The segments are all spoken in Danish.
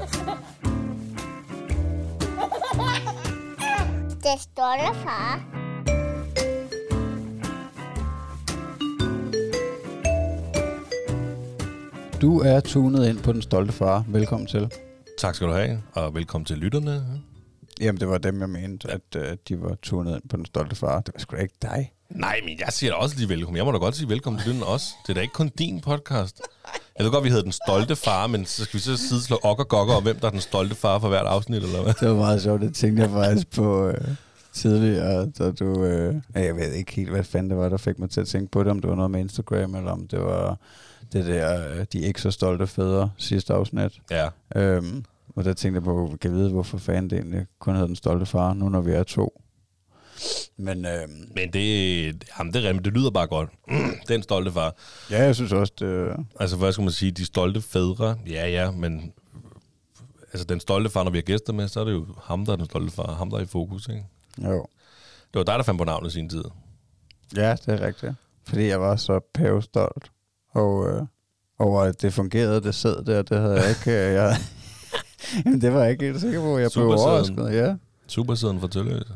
Det stolte far. Du er tunet ind på Den Stolte Far. Velkommen til. Tak skal du have, og velkommen til lytterne. Jamen, det var dem, jeg mente, at de var tunet ind på Den Stolte Far. Det var sgu da ikke dig. Nej, men jeg siger da også lige velkommen. Jeg må da godt sige velkommen til lytterne også. Det er da ikke kun din podcast. Jeg ved godt, vi hedder Den Stolte Far, men så skal vi så sideslå og gokker om, hvem der er den stolte far for hvert afsnit, eller hvad? Det var meget sjovt. Det tænkte jeg faktisk på tidligere, da du... jeg ved ikke helt, hvad fanden det var, der fik mig til at tænke på det, om det var noget med Instagram, eller om det var det der, de ikke så stolte fædre sidste afsnit. Ja. Og der tænkte jeg på, kan jeg vide, hvorfor fanden det egentlig kun hedder Den Stolte Far, nu når vi er 2. Men det lyder bare godt. Den stolte far. Ja, jeg synes også, det... Altså, hvad skal man sige? De stolte fædre. Ja, men... Altså, den stolte far, når vi har gæster med, så er det jo ham, der er den stolte far. Ham, der er i fokus, ikke? Jo. Det var dig, der fandt på navnet i sin tid. Ja, det er rigtigt. Fordi jeg var så pavestolt. Og over at det fungerede, det sad der, det havde jeg ikke... Jamen, det var jeg ikke helt sikker på. Jeg blev overrasket, ja. Supersiden for Tølløse.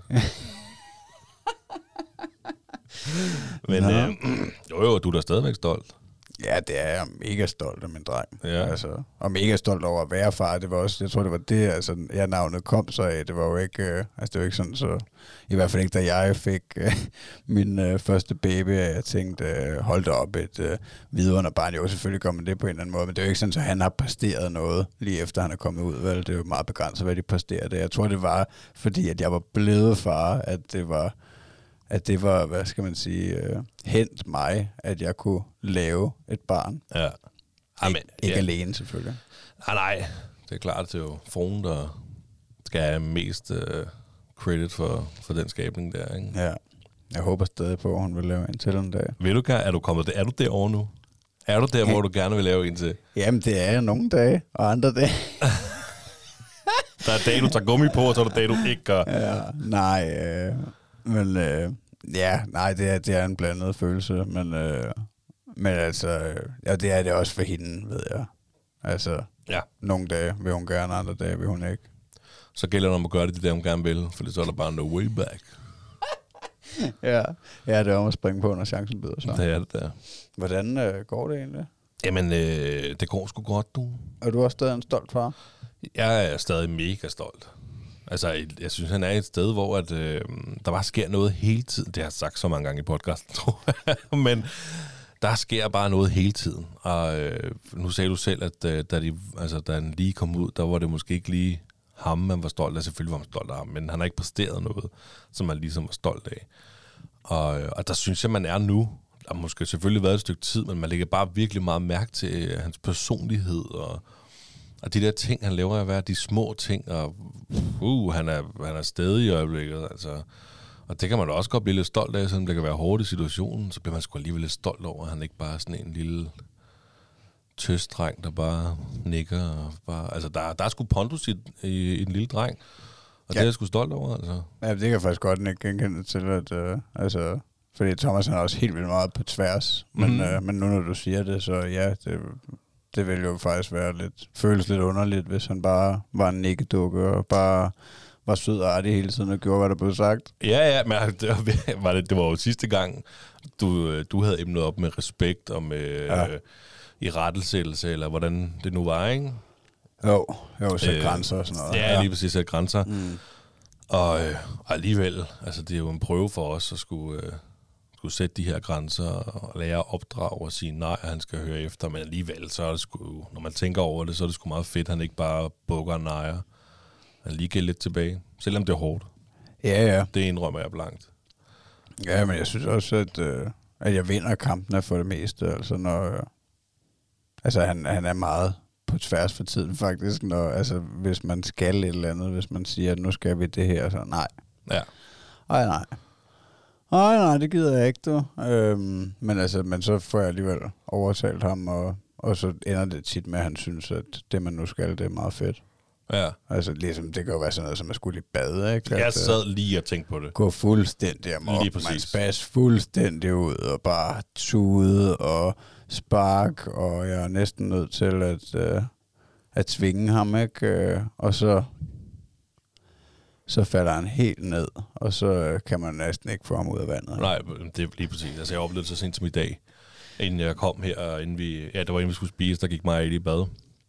Men jo, du er da stadigvæk stolt. Ja, det er jeg mega stolt af min dreng. Ja. Altså, og mega stolt over at være far. Det var også, jeg tror, det var det, altså, navnet kom så af. Det var jo ikke, det var ikke sådan, så i hvert fald ikke, da jeg fik min første baby, jeg tænkte, hold da op, et vidunderbarn. Jo, selvfølgelig kommer det på en eller anden måde, men det er jo ikke sådan, så han har præsteret noget, lige efter han er kommet ud. Vel? Det er jo meget begrænset, hvad de præsterer det. Jeg tror, det var, fordi at jeg var blevet far, at det var, hvad skal man sige, hent mig, at jeg kunne lave et barn. Ja. Ikke alene, selvfølgelig. Nej. Det er klart, det er jo fruen, der skal have mest credit for den skabning der, ikke? Ja. Jeg håber stadig på, at hun vil lave en til en dag. Er du derovre nu? Er du der, hvor du gerne vil lave en til? Jamen, det er jeg nogle dage, og andre dage. Der er dage, du tager gummi på, og så er der dage, du ikke gør. Ja, nej, men det er en blandet følelse, men altså, ja, det er det også for hende, ved jeg. Altså, ja. Nogle dage vil hun gerne, andre dage vil hun ikke. Så gælder det om at gøre det de dage, hun gerne vil, for så er der bare no way back. Ja, det er om at springe på, når chancen byder sig. Det er det der. Hvordan går det egentlig? Jamen, det går sgu godt, du. Er du også stadig en stolt far? Jeg er stadig mega stolt. Altså, jeg synes, han er et sted, hvor at, der bare sker noget hele tiden. Det har jeg sagt så mange gange i podcasten, tror jeg. Men der sker bare noget hele tiden. Og nu sagde du selv, at da han lige kom ud, der var det måske ikke lige ham, man var stolt af. Selvfølgelig var man stolt af ham, men han har ikke præsteret noget, som man ligesom var stolt af. Og der synes jeg, man er nu. Der har måske selvfølgelig været et stykke tid, men man lægger bare virkelig meget mærke til hans personlighed og de der ting, han laver at være de små ting, og han er stedig i øjeblikket, altså. Og det kan man da også godt blive lidt stolt af, selvom det kan være hårdt i situationen, så bliver man sgu alligevel lidt stolt over, at han ikke bare er sådan en lille tøsdreng, der bare nikker. Og bare, altså, der er sgu pondus i en lille dreng, og det er jeg sgu stolt over, altså. Ja, det kan jeg faktisk godt ikke genkende til, at altså, fordi Thomas er også helt vildt meget på tværs, men nu når du siger det, så ja, det ville jo faktisk føles lidt underligt, hvis han bare var en nikkedukke og bare var sød og artig hele tiden og gjorde, hvad der blev sagt. Ja, men det var jo sidste gang, du havde emnet op med respekt og med i rettelsættelse, eller hvordan det nu var, ikke? Jo, sætte grænser og sådan noget. Ja, lige præcis, sætte grænser. Og alligevel, altså det er jo en prøve for os at skulle sætte de her grænser og lære at opdrage og sige nej, at han skal høre efter, men alligevel, så er det sgu, når man tænker over det, så er det sgu meget fedt, at han ikke bare bukker og nejer. Han lige giver lidt tilbage, selvom det er hårdt. Ja. Det indrømmer jeg blankt. Ja, men jeg synes også, at jeg vinder kampene for det meste, altså når... Altså han er meget på tværs for tiden faktisk, når, hvis man skal et eller andet, hvis man siger, at nu skal vi det her, så nej. Ja. Nej, det gider jeg ikke, du. Men så får jeg alligevel overtalt ham, og så ender det tit med, at han synes, at det, man nu skal, det er meget fedt. Ja. Altså ligesom, det kan jo være sådan noget, som at skulle i bad, ikke? Jeg sad lige og tænkte på det. Gå fuldstændig amok, man spas fuldstændig ud, og bare tude og spark, og jeg er næsten nødt til at tvinge ham, ikke? Og så falder han helt ned, og så kan man næsten ikke få ham ud af vandet. Nej, det er lige præcis. Altså, jeg oplevede det så sent som i dag, inden jeg kom her, og inden vi skulle spise, der gik mig og Eddie i bad.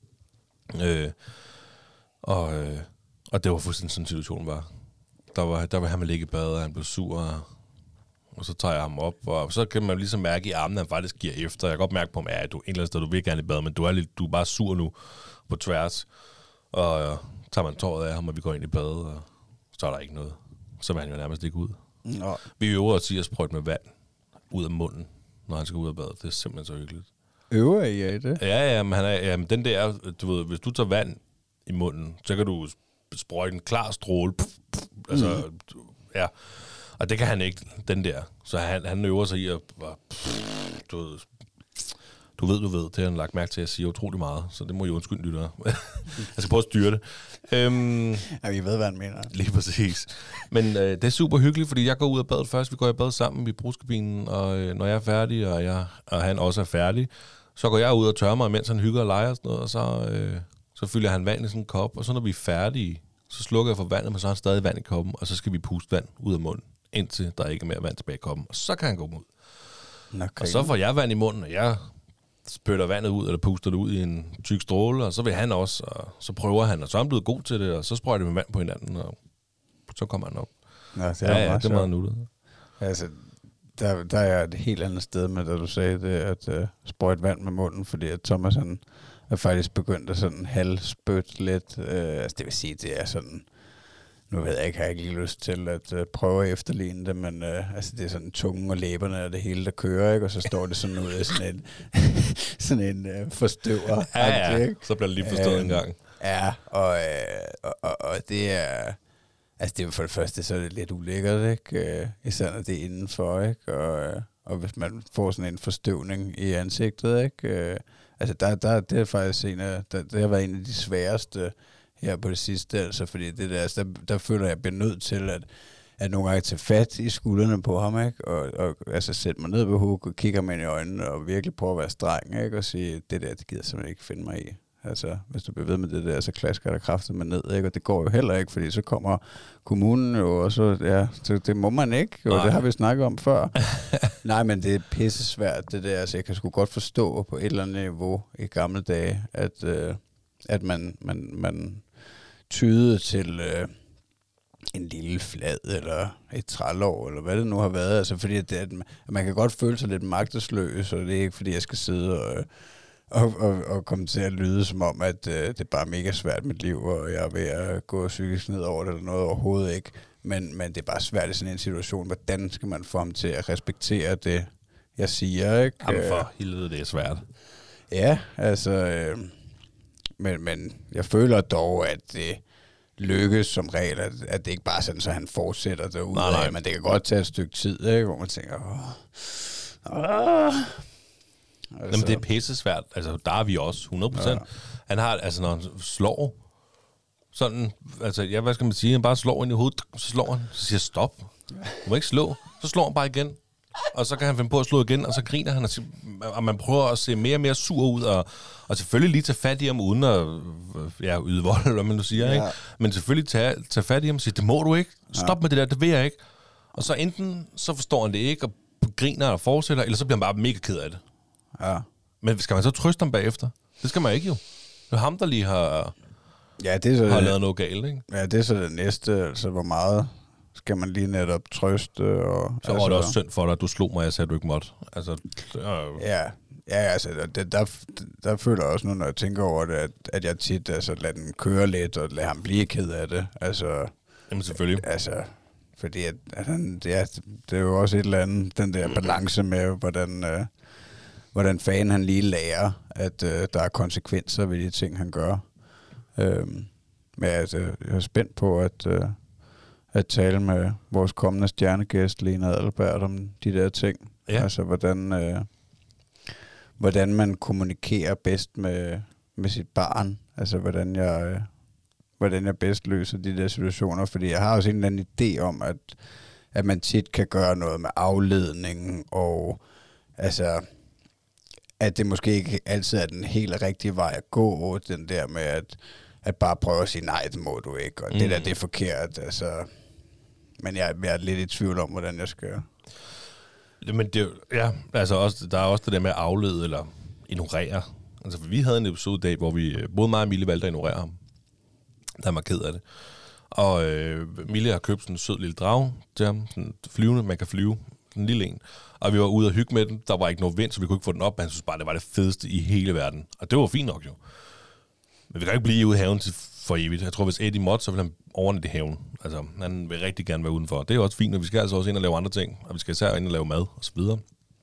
Og det var fuldstændig sådan en situation, var. Der var han med ligge i bad, og han blev sur, og så tager jeg ham op, og så kan man ligesom mærke i armen, at han faktisk giver efter. Jeg kan godt mærke på ham, at du et eller andet sted, du vil gerne i bad, men du er bare sur nu på tværs. Og tager man tåret af ham, og vi går ind i bad, og så er der ikke noget. Så vil han jo nærmest ikke ud. Nå. Vi øver os i at sprøjte med vand ud af munden, når han skal ud af badet. Det er simpelthen så hyggeligt. Øver I af det? Ja, men den der, du ved, hvis du tager vand i munden, så kan du sprøjte en klar stråle. Altså, ja. Og det kan han ikke, den der. Så han øver sig i at, du ved, det har han lagt mærke til at sige utrolig meget, så det må I undskylde, lyttere. Jeg skal prøve at styre det. Ja, vi ved, hvad han mener. Lige præcis. Men det er super hyggeligt, fordi jeg går ud af badet først. Vi går i bad sammen i brugskabinen, og når jeg er færdig, og han også er færdig, så går jeg ud og tørrer mig, mens han hygger og leger og sådan noget, og så fylder han vand i sådan en kop, og så når vi er færdige, så slukker jeg for vandet, men så har han stadig vand i koppen, og så skal vi puste vand ud af munden, indtil der ikke er mere vand tilbage i koppen, og så kan han gå ud. Okay. Og så får jeg vand i munden, og jeg spytter vandet ud, eller puster det ud i en tyk stråle, og så vil han også, og så prøver han, og så er han blevet god til det, og så sprøjter vi vand på hinanden, og så kommer han op. Nå, det er det er meget nuttet. Altså, der er et helt andet sted med, da du sagde det, at sprøjte vand med munden, fordi at Thomas han er faktisk begyndt at sådan halvspytte lidt. Altså det vil sige, det er sådan, nu ved jeg ikke, har jeg ikke lige lyst til at prøve at efterligne det, men altså det er sådan tungen og læberne og det hele, der kører, ikke? Og så står det sådan ud af sådan en forstøver. Ja, så bliver det lige forstået en gang. Ja, og det er... Altså det er jo for det første, så er det lidt ulækkert, ikke? Især når det er indenfor, ikke? Og hvis man får sådan en forstøvning i ansigtet, ikke? Altså det er faktisk det har været en af de sværeste her på det sidste, altså fordi det der, altså der føler jeg bliver nødt til at nogle gange tage fat i skuldrene på ham, ikke? Og altså sætte mig ned ved hovedet og kigge ham ind i øjnene og virkelig prøve at være streng, ikke? Og sige, det der, det gider simpelthen ikke finde mig i. Altså, hvis du bliver ved med det der, så klasker der kraftigt med ned, ikke? Og det går jo heller ikke, fordi så kommer kommunen jo, og så, ja, så det må man ikke, og det har vi snakket om før. Nej, men det er pissesvært, det der, altså jeg kan sgu godt forstå på et eller andet niveau i gamle dage, at man tyede til en lille flad, eller et trælår, eller hvad det nu har været, altså fordi at man kan godt føle sig lidt magtesløs, og det er ikke fordi, jeg skal sidde og komme til at lyde som om, at det er bare mega svært mit liv, og jeg er ved at gå psykisk ned over det, eller noget overhovedet ikke. Men det er bare svært i sådan en situation. Hvordan skal man få ham til at respektere det, jeg siger, ikke? Jamen for helvede, det er svært. Ja, altså... Men jeg føler dog, at det lykkes som regel, at det ikke bare er sådan, så han fortsætter derude. Nej. Men det kan godt tage et stykke tid, ikke? Hvor man tænker... Altså. Jamen, det er pissesvært. Altså, der er vi også 100%. Ja. Han har, altså, når han slår sådan, altså, ja, hvad skal man sige? Han bare slår ind i hovedet, så slår han, så siger stop. Du må ikke slå. Så slår han bare igen. Og så kan han finde på at slå igen, og så griner han, og man prøver at se mere og mere sur ud, og selvfølgelig lige tage fat i ham, uden at yde vold, eller hvad man nu siger, ja. Ikke? Men selvfølgelig tage fat i ham og sige, det må du ikke. Stop med det der, det vil jeg ikke. Og så enten, så forstår han det ikke, og griner og fortsætter, eller så bliver han bare mega ked af det. Ja. Men skal man så trøste ham bagefter? Det skal man ikke jo. Det er ham, der lige har lavet noget galt, ikke? Ja, det er så det næste. Altså, hvor meget skal man lige netop trøste? Og, så var det også synd for dig, at du slog mig, jeg sagde, at du ikke måtte. Altså, Ja, altså, der føler jeg også nu, når jeg tænker over det, at jeg tit lader den køre lidt, og lader ham blive ked af det. Altså, jamen selvfølgelig. Altså, fordi det er jo også et eller andet, den der balance med, hvordan fanden han lige lærer, at der er konsekvenser ved de ting, han gør. Men altså, jeg er spændt på at tale med vores kommende stjernegæst, Lena Adelbert, om de der ting. Ja. Altså, hvordan man kommunikerer bedst med sit barn. Altså, hvordan jeg bedst løser de der situationer. Fordi jeg har også en eller anden idé om, at man tit kan gøre noget med afledning, og altså... at det måske ikke altid er den helt rigtige vej at gå, den der med at bare prøve at sige, nej, det må du ikke, og det der, det er forkert, altså. Men jeg er lidt i tvivl om, hvordan jeg skal... Men det, ja, altså også, der er også det der med at aflede eller ignorere. Altså, vi havde en episode i dag, hvor vi både mig og Mille valgte at ignorere ham. Der var ked af det. Og Mille har købt sådan en sød lille drage til ham, sådan flyvende, man kan flyve, sådan en lille en. Og vi var ude og hygge med den, der var ikke noget vind, så vi kunne ikke få den op, men han synes bare, det var det fedeste i hele verden. Og det var fint nok jo. Men vi kan ikke blive ude i haven til for evigt. Jeg tror, hvis Eddie måtte, så vil han overnatte i haven. Altså, han vil rigtig gerne være udenfor. Det er også fint, men vi skal altså også ind og lave andre ting. Og vi skal især ind og lave mad og så videre.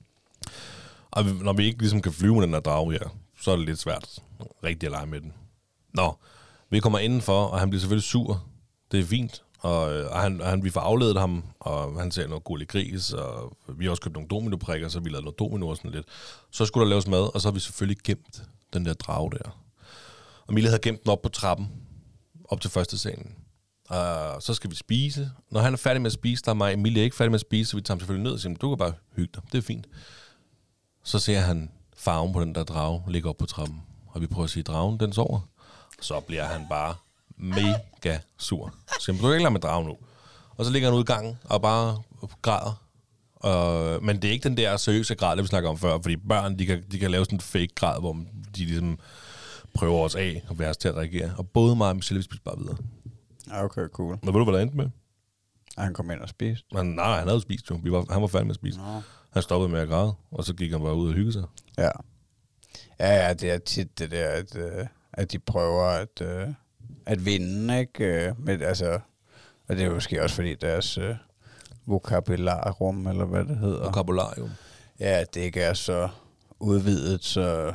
Og når vi ikke ligesom kan flyve med den der drage her, så er det lidt svært rigtig at lege med den. Nå, vi kommer indenfor, og han bliver selvfølgelig sur. Det er fint. Og vi får afledet ham, og han ser noget gullig gris, og vi har også købt nogle dominoprikker, så vi lavede noget domino og sådan lidt. Så skulle der laves mad, og så har vi selvfølgelig gemt den der drage der. Og Mille havde gemt den op på trappen, op til første salen. Og så skal vi spise. Når han er færdig med at spise, der er mig. Emilie er ikke færdig med at spise, så vi tager ham selvfølgelig ned og siger, du kan bare hygge dig, det er fint. Så ser han farven på den der drage ligge op på trappen. Og vi prøver at sige, dragen, den sover. Så bliver han bare mega sur. Så siger, du kan ikke lade med dragen nu. Og så ligger han ude i gangen og bare græder. Men det er ikke den der seriøse græd, vi snakker om før, fordi børn, de kan lave sådan en fake græd, hvor de ligesom prøver os af og være os til at reagere. Og både mig og Michelle, vi spiser bare videre. Okay, cool. Men ved du, hvad der endte med? Han kom ind og spiste? Nej, han havde spist jo. Han var færdig med at spise. Nå. Han stoppede med at græde, og så gik han bare ud og hygge sig. Ja. Ja, det er tit det der, at de prøver at vinde, ikke? Men altså, og det er måske også fordi deres vokabularium, eller hvad det hedder. Vokabularium. Ja, det ikke er så udvidet, så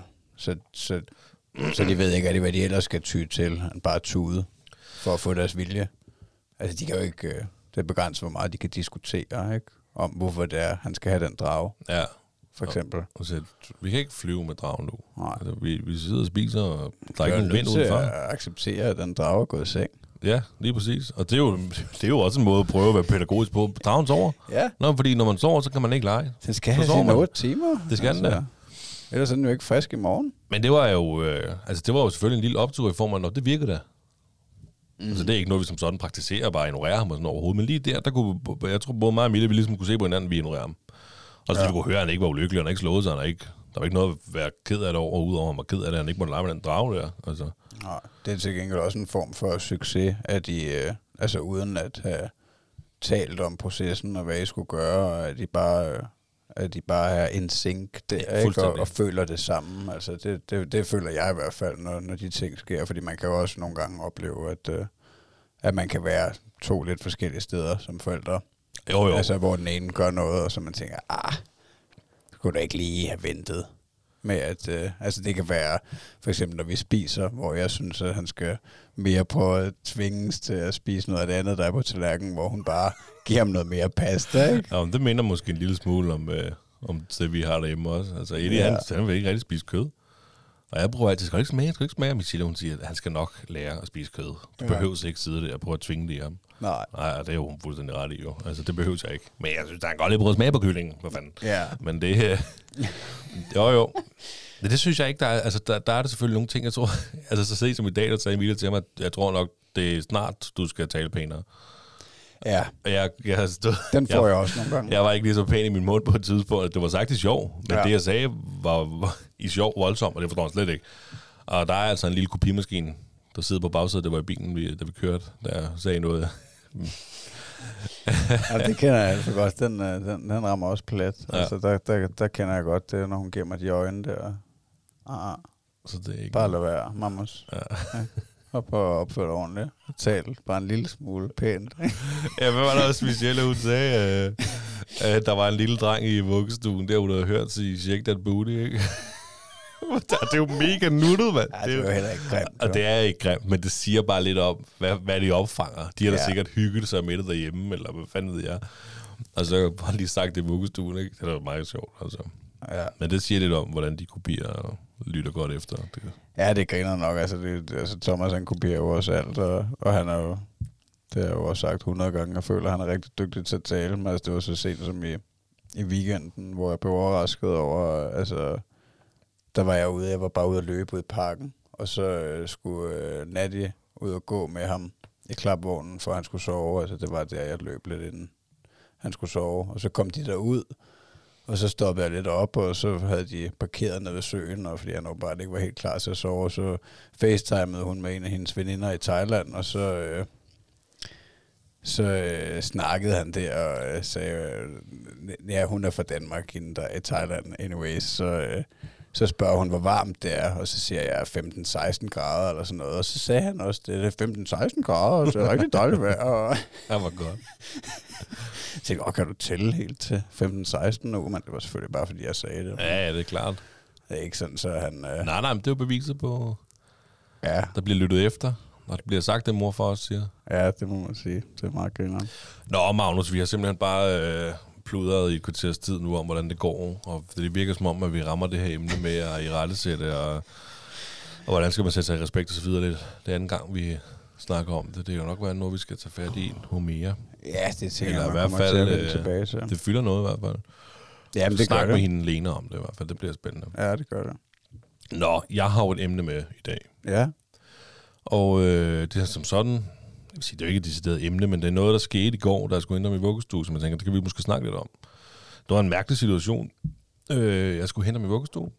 de ved ikke, hvad de ellers skal ty til. Bare tude for at få deres vilje. Altså, de kan jo ikke... Det er begrænset, hvor meget de kan diskutere, ikke? Om hvorfor det er, han skal have den drage. Ja. For eksempel. Og så, vi kan ikke flyve med dragen nu. Nej. Altså, vi sidder og spiser, og der er ikke nogen vind udenfor. Jeg acceptere, at den drage er gået i seng. Ja, lige præcis. Og det er jo også en måde at prøve at være pædagogisk på. Dragen sover. Ja. Nå, fordi når man sover, så kan man ikke lege. Den skal have sine 8 timer. Det skal den da. Ellers er den jo ikke frisk i morgen. Men det var jo, det var jo selvfølgelig en lille optur i form af, når det virkede da. Altså, det er ikke noget, vi som sådan praktiserer, bare ignorerer ham og sådan overhovedet. Men lige der kunne, jeg tror både mig og Mille, vi ligesom kunne se på hinanden, vi ignorerer ham. Og så vi kunne høre, at han ikke var ulykkelig, og han ikke slået sig, der var ikke noget at være ked af det over, udover han var ked af det, han ikke måtte lege med den drage der. Altså. Nej, det er til gengæld også en form for succes, at de, altså uden at have talt om processen og hvad I skulle gøre, og at de bare er in sync der, ikke? Og føler det samme. Altså det føler jeg i hvert fald, når de ting sker, fordi man kan jo også nogle gange opleve, at man kan være 2 lidt forskellige steder som forældre. Jo. Altså hvor den ene gør noget, og så man tænker, skulle da ikke lige have ventet med at, altså det kan være, for eksempel når vi spiser, hvor jeg synes, at han skal mere prøve at tvinges til at spise noget af det andet, der er på tallerkenen, hvor hun bare giver ham noget mere pasta, ikke? Ja, men det minder måske en lille smule om det, vi har derhjemme også. Altså Eddie, han vil ikke rigtig spise kød. Og jeg prøver altid, skal ikke smage, Michelle, hun siger, at han skal nok lære at spise kød. Du behøver ikke sidde der og prøve at tvinge det i ham. Nej, det er jo hun fuldstændig ret i jo. Altså, det behøver jeg ikke. Men jeg synes, der er en godt lidt prøve at smage på kyllingen. Hvad fanden? Ja. Men det... jo. Det synes jeg ikke, der er... Altså, der er der selvfølgelig nogle ting, jeg tror... Altså, så set som i dag, der sagde Emilie til mig, at jeg tror nok, det er snart, du skal tale pænere. Ja. Den får jeg også nogle gange. Jeg var ikke lige så pæn i min mund på et tidspunkt, at det var sagt i sjov. Men det, jeg sagde, var i sjov voldsomt, og det forstår jeg slet ikke. Og der er altså en lille kopimaskine, der sidder på bagsædet. Det var i bilen, da vi kørte, der sagde noget. Ja, det kender jeg altså godt. Den rammer også plet. Ja. Altså, der kender jeg godt det, når hun gemmer de øjne der. Så det er ikke... Bare lad være, mammas. Ja. Og prøve at opføre dig ordentligt. Tal bare en lille smule pænt. Ja, hvad var der også specielt, hun sagde, at der var en lille dreng i vuggestuen, der hun havde hørt sige, shake that booty, ikke? Det er jo mega nuttet, mand. Ja, det er jo heller ikke grimt. Og det er ikke grimt, men det siger bare lidt om, hvad de opfanger. De har da sikkert hygget sig med det derhjemme, eller hvad fanden ved jeg. Og så har lige sagt det i vuggestuen, ikke? Det er da meget sjovt, altså. Ja. Men det siger lidt om, hvordan de kopierer og lytter godt efter. Ja, det griner nok. Altså, Thomas, han kopierer jo også alt, og han er jo, det har jeg jo også sagt 100 gange, og føler, at han er rigtig dygtig til at tale. Men altså, det var så sent som i weekenden, hvor jeg blev overrasket over, altså, der var jeg var bare ude at løbe ud i parken, og så skulle Natty ud og gå med ham i klapvognen, for han skulle sove. Altså det var der, jeg løb lidt inden han skulle sove. Og så kom de derud, og så stoppede jeg lidt op, og så havde de parkeret nede ved søen, og fordi han åbenbart ikke var helt klar til at sove, og så facetimede hun med en af hendes veninder i Thailand, og så snakkede han der og sagde, ja, hun er fra Danmark, hende der er i Thailand anyways, så spørger hun, hvor varmt det er, og så siger jeg 15-16 grader eller sådan noget, og så sagde han også, det er 15-16 grader, og så er det rigtig dejligt vejr. Og Det var godt. jeg tænkte, kan du tælle helt til 15-16 nu? Men det var selvfølgelig bare, fordi jeg sagde det. Ja, det er klart. Det er ikke sådan, så han... Nej, men det er jo beviset på, Ja. der bliver lyttet efter, og det bliver sagt, det mor for os siger. Ja, det må man sige. Det er meget grineren. Nå, Magnus, vi har simpelthen bare pludret i et kvarters tid nu om, hvordan det går, og det virker som om, at vi rammer det her emne med at irettesætte, og hvordan skal man sætte sig i respekt og så videre lidt. Det er anden gang, vi snakker om det. Det er jo nok været noget, vi skal tage fat i mere. Ja, det tænker jeg, i hvert fald, til at vende tilbage til. Det fylder noget i hvert fald. Jamen, det Snak gør med det. hende Lena om det i hvert fald. Det bliver spændende. Ja, det gør det. Nå, jeg har jo et emne med i dag. Ja. Og det er som sådan, jeg vil sige, det er jo ikke et decideret emne, men det er noget, der skete i går, da jeg skulle hente ham i vuggestue, som jeg tænker, det kan vi måske snakke lidt om. Det var en mærkelig situation. Jeg skulle hente ham i vuggestue,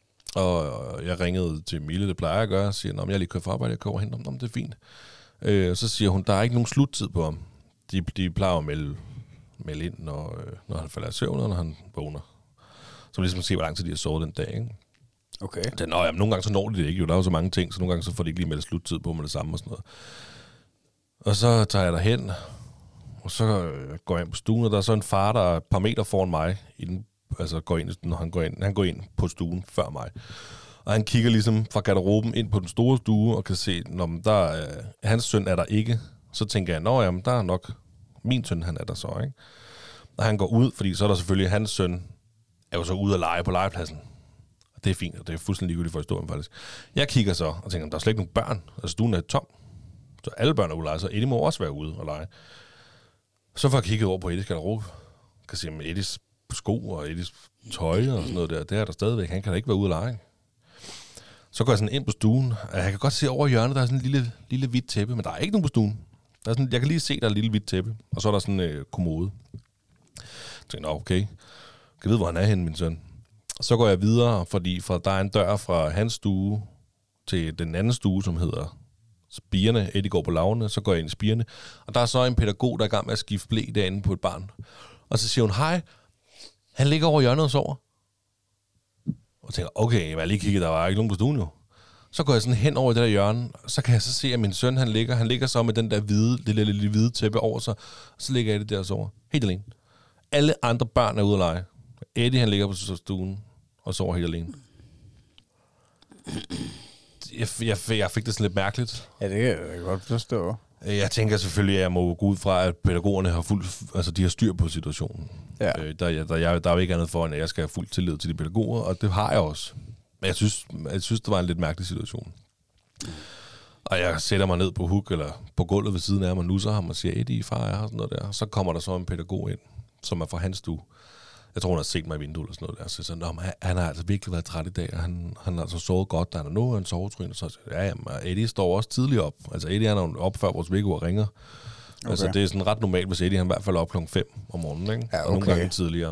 og jeg ringede til Mille, det plejer jeg at gøre, og siger, jeg er lige kørt fra arbejde, jeg kører over og hente ham, det er fint. Så siger hun, der er ikke nogen sluttid på ham. De plejer at melde ind, når han falder i søvn, og når han vågner. Så ligesom at se, hvor lang tid de har sovet den dag, ikke? Okay. Nogle gange så når de det ikke, jo. Der er jo så mange ting, så nogle gange så får de ikke lige meldt sluttid på med det samme og sådan noget. Og så tager jeg derhen, og så går jeg ind på stuen, og der er så en far, der er et par meter foran mig, går ind, når han går ind på stuen før mig. Og han kigger ligesom fra garderoben ind på den store stue, og kan se, når hans søn er der ikke. Så tænker jeg, der er nok min søn, han er der så, ikke? Og han går ud, fordi så er der selvfølgelig, hans søn er jo så ude at lege på legepladsen. Og det er fint, og det er fuldstændig ligegyldigt for historien faktisk. Jeg kigger så og tænker, der er slet ikke nogen børn. Altså stuen er tom. Så alle børn er ude at lege, så Eddie må også være ude og lege. Så får jeg kigget over på Eddies garderobe. Kan se, at Eddies sko og Eddies tøj og sådan noget der, det er der stadigvæk. Han kan da ikke være ude at lege. Så går jeg sådan ind på stuen, og jeg kan godt se over hjørnet, der er sådan en lille hvidt tæppe, men der er ikke nogen på stuen. Der er sådan, jeg kan lige se, der er et lille hvidt tæppe, og så er der sådan en kommode. Jeg tænker, okay, jeg kan vide, hvor han er henne, min søn. Og så går jeg videre, fordi der er en dør fra hans stue til den anden stue, som hedder Spirene. Eddie går på lavene, så går jeg ind i Spirene. Og der er så en pædagog, der er i gang med at skifte ble derinde på et barn. Og så siger hun, hej, han ligger over hjørnet og sover. Og tænker, okay, jeg lige kigget, der var ikke nogen på stuen jo. Så går jeg sådan hen over det der hjørne, så kan jeg så se, at min søn, han ligger så med den der lille hvide tæppe over sig, og så ligger Eddie der og sover. Helt alene. Alle andre børn er ude at lege. Eddie, han ligger på stuen og sover helt alene. Jeg fik det sådan lidt mærkeligt. Ja, det kan jeg godt forstå. Jeg tænker selvfølgelig, at jeg må gå ud fra, at pædagogerne har de har styr på situationen. Ja. Der er jo ikke andet for, end at jeg skal have fuld tillid til de pædagoger, og det har jeg også. Men jeg synes, det var en lidt mærkelig situation. Og jeg sætter mig ned på huk, eller på gulvet ved siden af ham, og nusser ham og siger, Eddie, far er her, sådan noget der. Så kommer der så en pædagog ind, som er fra hans stue. Jeg tror, hun har set mig i vinduet eller sådan noget der. Så sådan, han har altså virkelig været træt i dag, og han har altså sovet godt, da han er nået af en sovetryn. Og så Eddie står også tidligt op. Altså Eddie, han er op før vores vækkeur ringer. Okay. Altså det er sådan ret normalt, hvis Eddie han i hvert fald er op klokken 5 om morgenen, ikke? Ja, okay. Og nogle gange tidligere.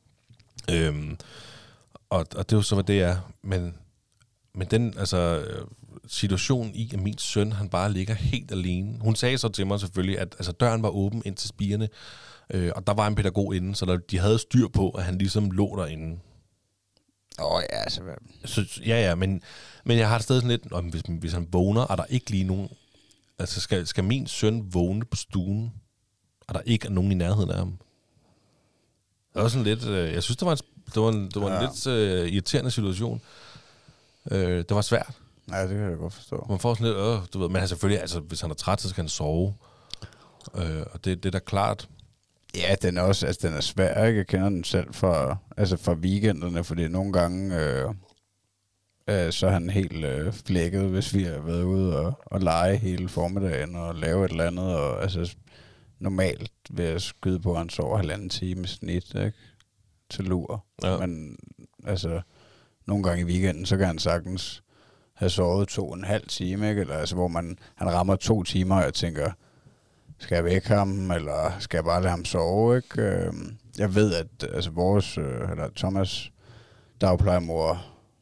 Og det er jo så, hvad det er. Men den situation i, at min søn, han bare ligger helt alene. Hun sagde så til mig selvfølgelig, at altså, døren var åben ind til Spirene, og der var en pædagog inde, så de havde styr på, at han ligesom lå derinde. Ja, Så ja, men jeg har det stadig sådan lidt, hvis han vågner, er der ikke lige nogen... Altså, skal min søn vågne på stuen, og der ikke er nogen i nærheden af ham? Det var sådan lidt... Jeg synes, det var en lidt irriterende situation. Det var svært. Nej, det kan jeg godt forstå. Man får sådan lidt... du ved, men selvfølgelig, altså, hvis han er træt, så skal han sove. Og det er da klart... Ja, den er svær, ikke? Jeg kender den selv fra weekenderne, fordi nogle gange så er han helt flækket, hvis vi har været ude og lege hele formiddagen og lave et eller andet, og altså normalt vil jeg skyde på, at han sover 1,5 time snit, ikke? Til lur. Ja. Men altså, nogle gange i weekenden, så kan han sagtens have sovet 2,5 time, ikke? Eller altså, hvor han rammer 2 timer, og jeg tænker, skal jeg vække ham, eller skal jeg bare lade ham sove, ikke? Jeg ved, at altså eller Thomas' dagplejemor,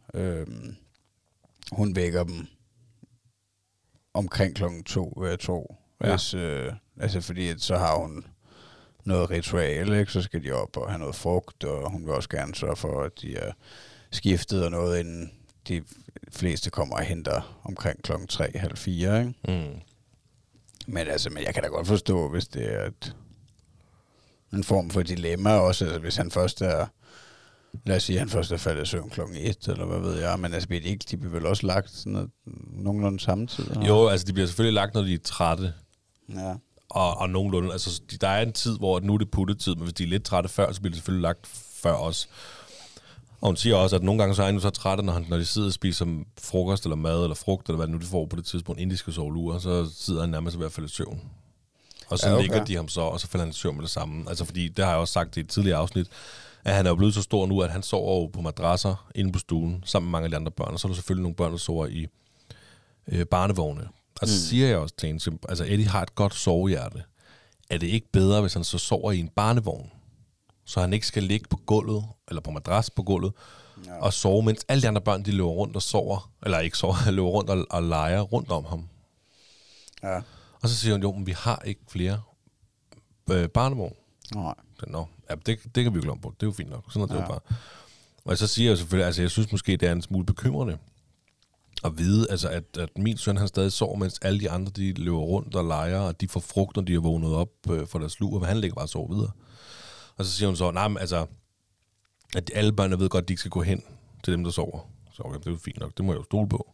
hun vækker dem omkring 2:00, vil jeg tro. Ja. Fordi så har hun noget ritual, ikke? Så skal de op og have noget frugt, og hun vil også gerne sørge for, at de er skiftet og noget, inden de fleste kommer og henter omkring 3:30, ikke? Mm. Men jeg kan da godt forstå, hvis det er en form for dilemma også, altså hvis han først er, lad os sige, han først er faldet i søvn 1:00, eller hvad ved jeg, men altså de bliver vel også lagt sådan noget, nogenlunde samtidig? Eller? Jo, altså de bliver selvfølgelig lagt, når de er trætte. Ja. Og nogenlunde, altså der er en tid, hvor nu er det puttetid, men hvis de er lidt trætte før, så bliver det selvfølgelig lagt før os. Og hun siger også, at nogle gange så er han så trætte, når de sidder og spiser frokost eller mad eller frugt, eller hvad nu de får på det tidspunkt, inden de skal sove lure, så sidder han nærmest i hvert fald i søvn. Og så ligger de ham så, og så falder han i søvn med det samme. Altså fordi, det har jeg også sagt i et tidligere afsnit, at han er jo blevet så stor nu, at han sover på madrasser inde på stuen, sammen med mange af de andre børn. Og så er der selvfølgelig nogle børn, der sover i barnevogne. Og så siger jeg også til en, altså Eddie har et godt sovehjerte. Er det ikke bedre, hvis han så sover i en barnevogn? Så han ikke skal ligge på gulvet, eller på madras på gulvet, og sove, mens alle de andre børn, de løber rundt og sover, eller ikke sover, løber rundt og leger rundt om ham. Ja. Og så siger hun, jo, men vi har ikke flere barnevogn. Nej. Det kan vi jo glemme på. Det er jo fint nok. Sådan er det jo bare. Og så siger jeg selvfølgelig, altså jeg synes måske, det er en smule bekymrende at vide, altså at min søn, han stadig sover, mens alle de andre, de løber rundt og leger, og de får frugt, når de er vågnet op for deres lur, og han ligger bare og sover videre. Og så siger hun så, nej, men altså, at alle børnene ved godt, at de ikke skal gå hen til dem, der sover. Så okay, det er jo fint nok, det må jeg jo stole på.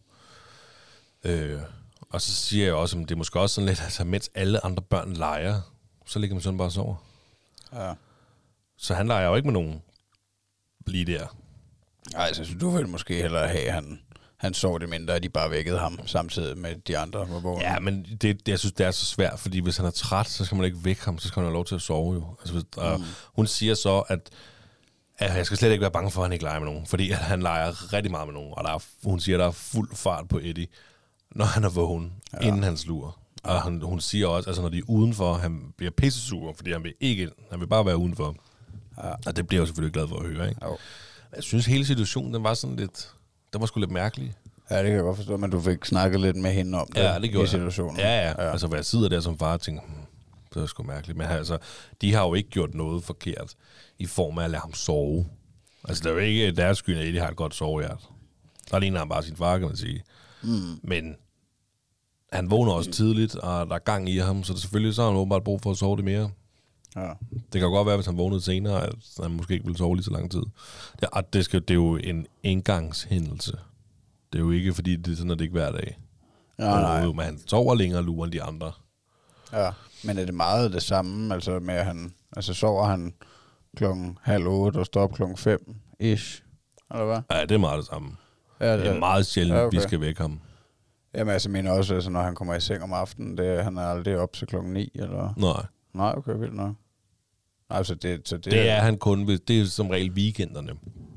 Og så siger jeg også, at det er måske også sådan lidt, altså mens alle andre børn leger, så ligger man sådan bare og sover. Ja. Så han leger jo ikke med nogen lige der. Nej, altså du vil måske hellere have, at han sov det mindre, at de bare vækkede ham samtidig med de andre var vågne. Ja, men jeg synes, det er så svært, fordi hvis han er træt, så skal man ikke vække ham, så skal han have lov til at sove jo. Altså, hun siger så, at jeg skal slet ikke være bange for, at han ikke leger med nogen, fordi at han leger rigtig meget med nogen, og hun siger, at der er fuld fart på Eddie, når han er vågen, inden han sluger. Og hun siger også, altså når de er udenfor, han bliver pissesur, fordi han vil bare være udenfor. Ja. Og det bliver jeg jo selvfølgelig glad for at høre, ikke? Jo. Jeg synes, hele situationen, den var sådan lidt, den var sgu lidt mærkelig. Ja, det kan jeg godt forstå, men du fik snakket lidt med hende om det gjorde i situationen. Ja. Altså, hvor jeg sidder der som far og tænker, det er sgu mærkeligt. Men altså, de har jo ikke gjort noget forkert i form af at lade ham sove. Altså, det er jo ikke deres skyld, at de har et godt sovehjert. Der ligner han bare sin far, kan man sige. Men han vågner også tidligt, og der er gang i ham, så selvfølgelig så har han åbenbart brug for at sove det mere. Ja. Det kan godt være, hvis han vågnede senere, at han måske ikke ville sove lige så lang tid. Det er jo en engangshændelse. Det er jo ikke, fordi det er sådan, at det ikke hver dag. Ja, nej. Men han sover længere lurer end de andre. Ja, men er det meget det samme? Altså med at sover han 7:30 og står op 5:00-ish? Eller hvad? Ja, det er meget det samme. Ja, det er meget sjældent, vi skal vække ham. Jamen altså, jeg mener også, altså, når han kommer i seng om aftenen, han er aldrig op til 9:00, eller? Nej. Nej, okay, vildt nok. Altså, det er han kun, det er som regel weekenderne.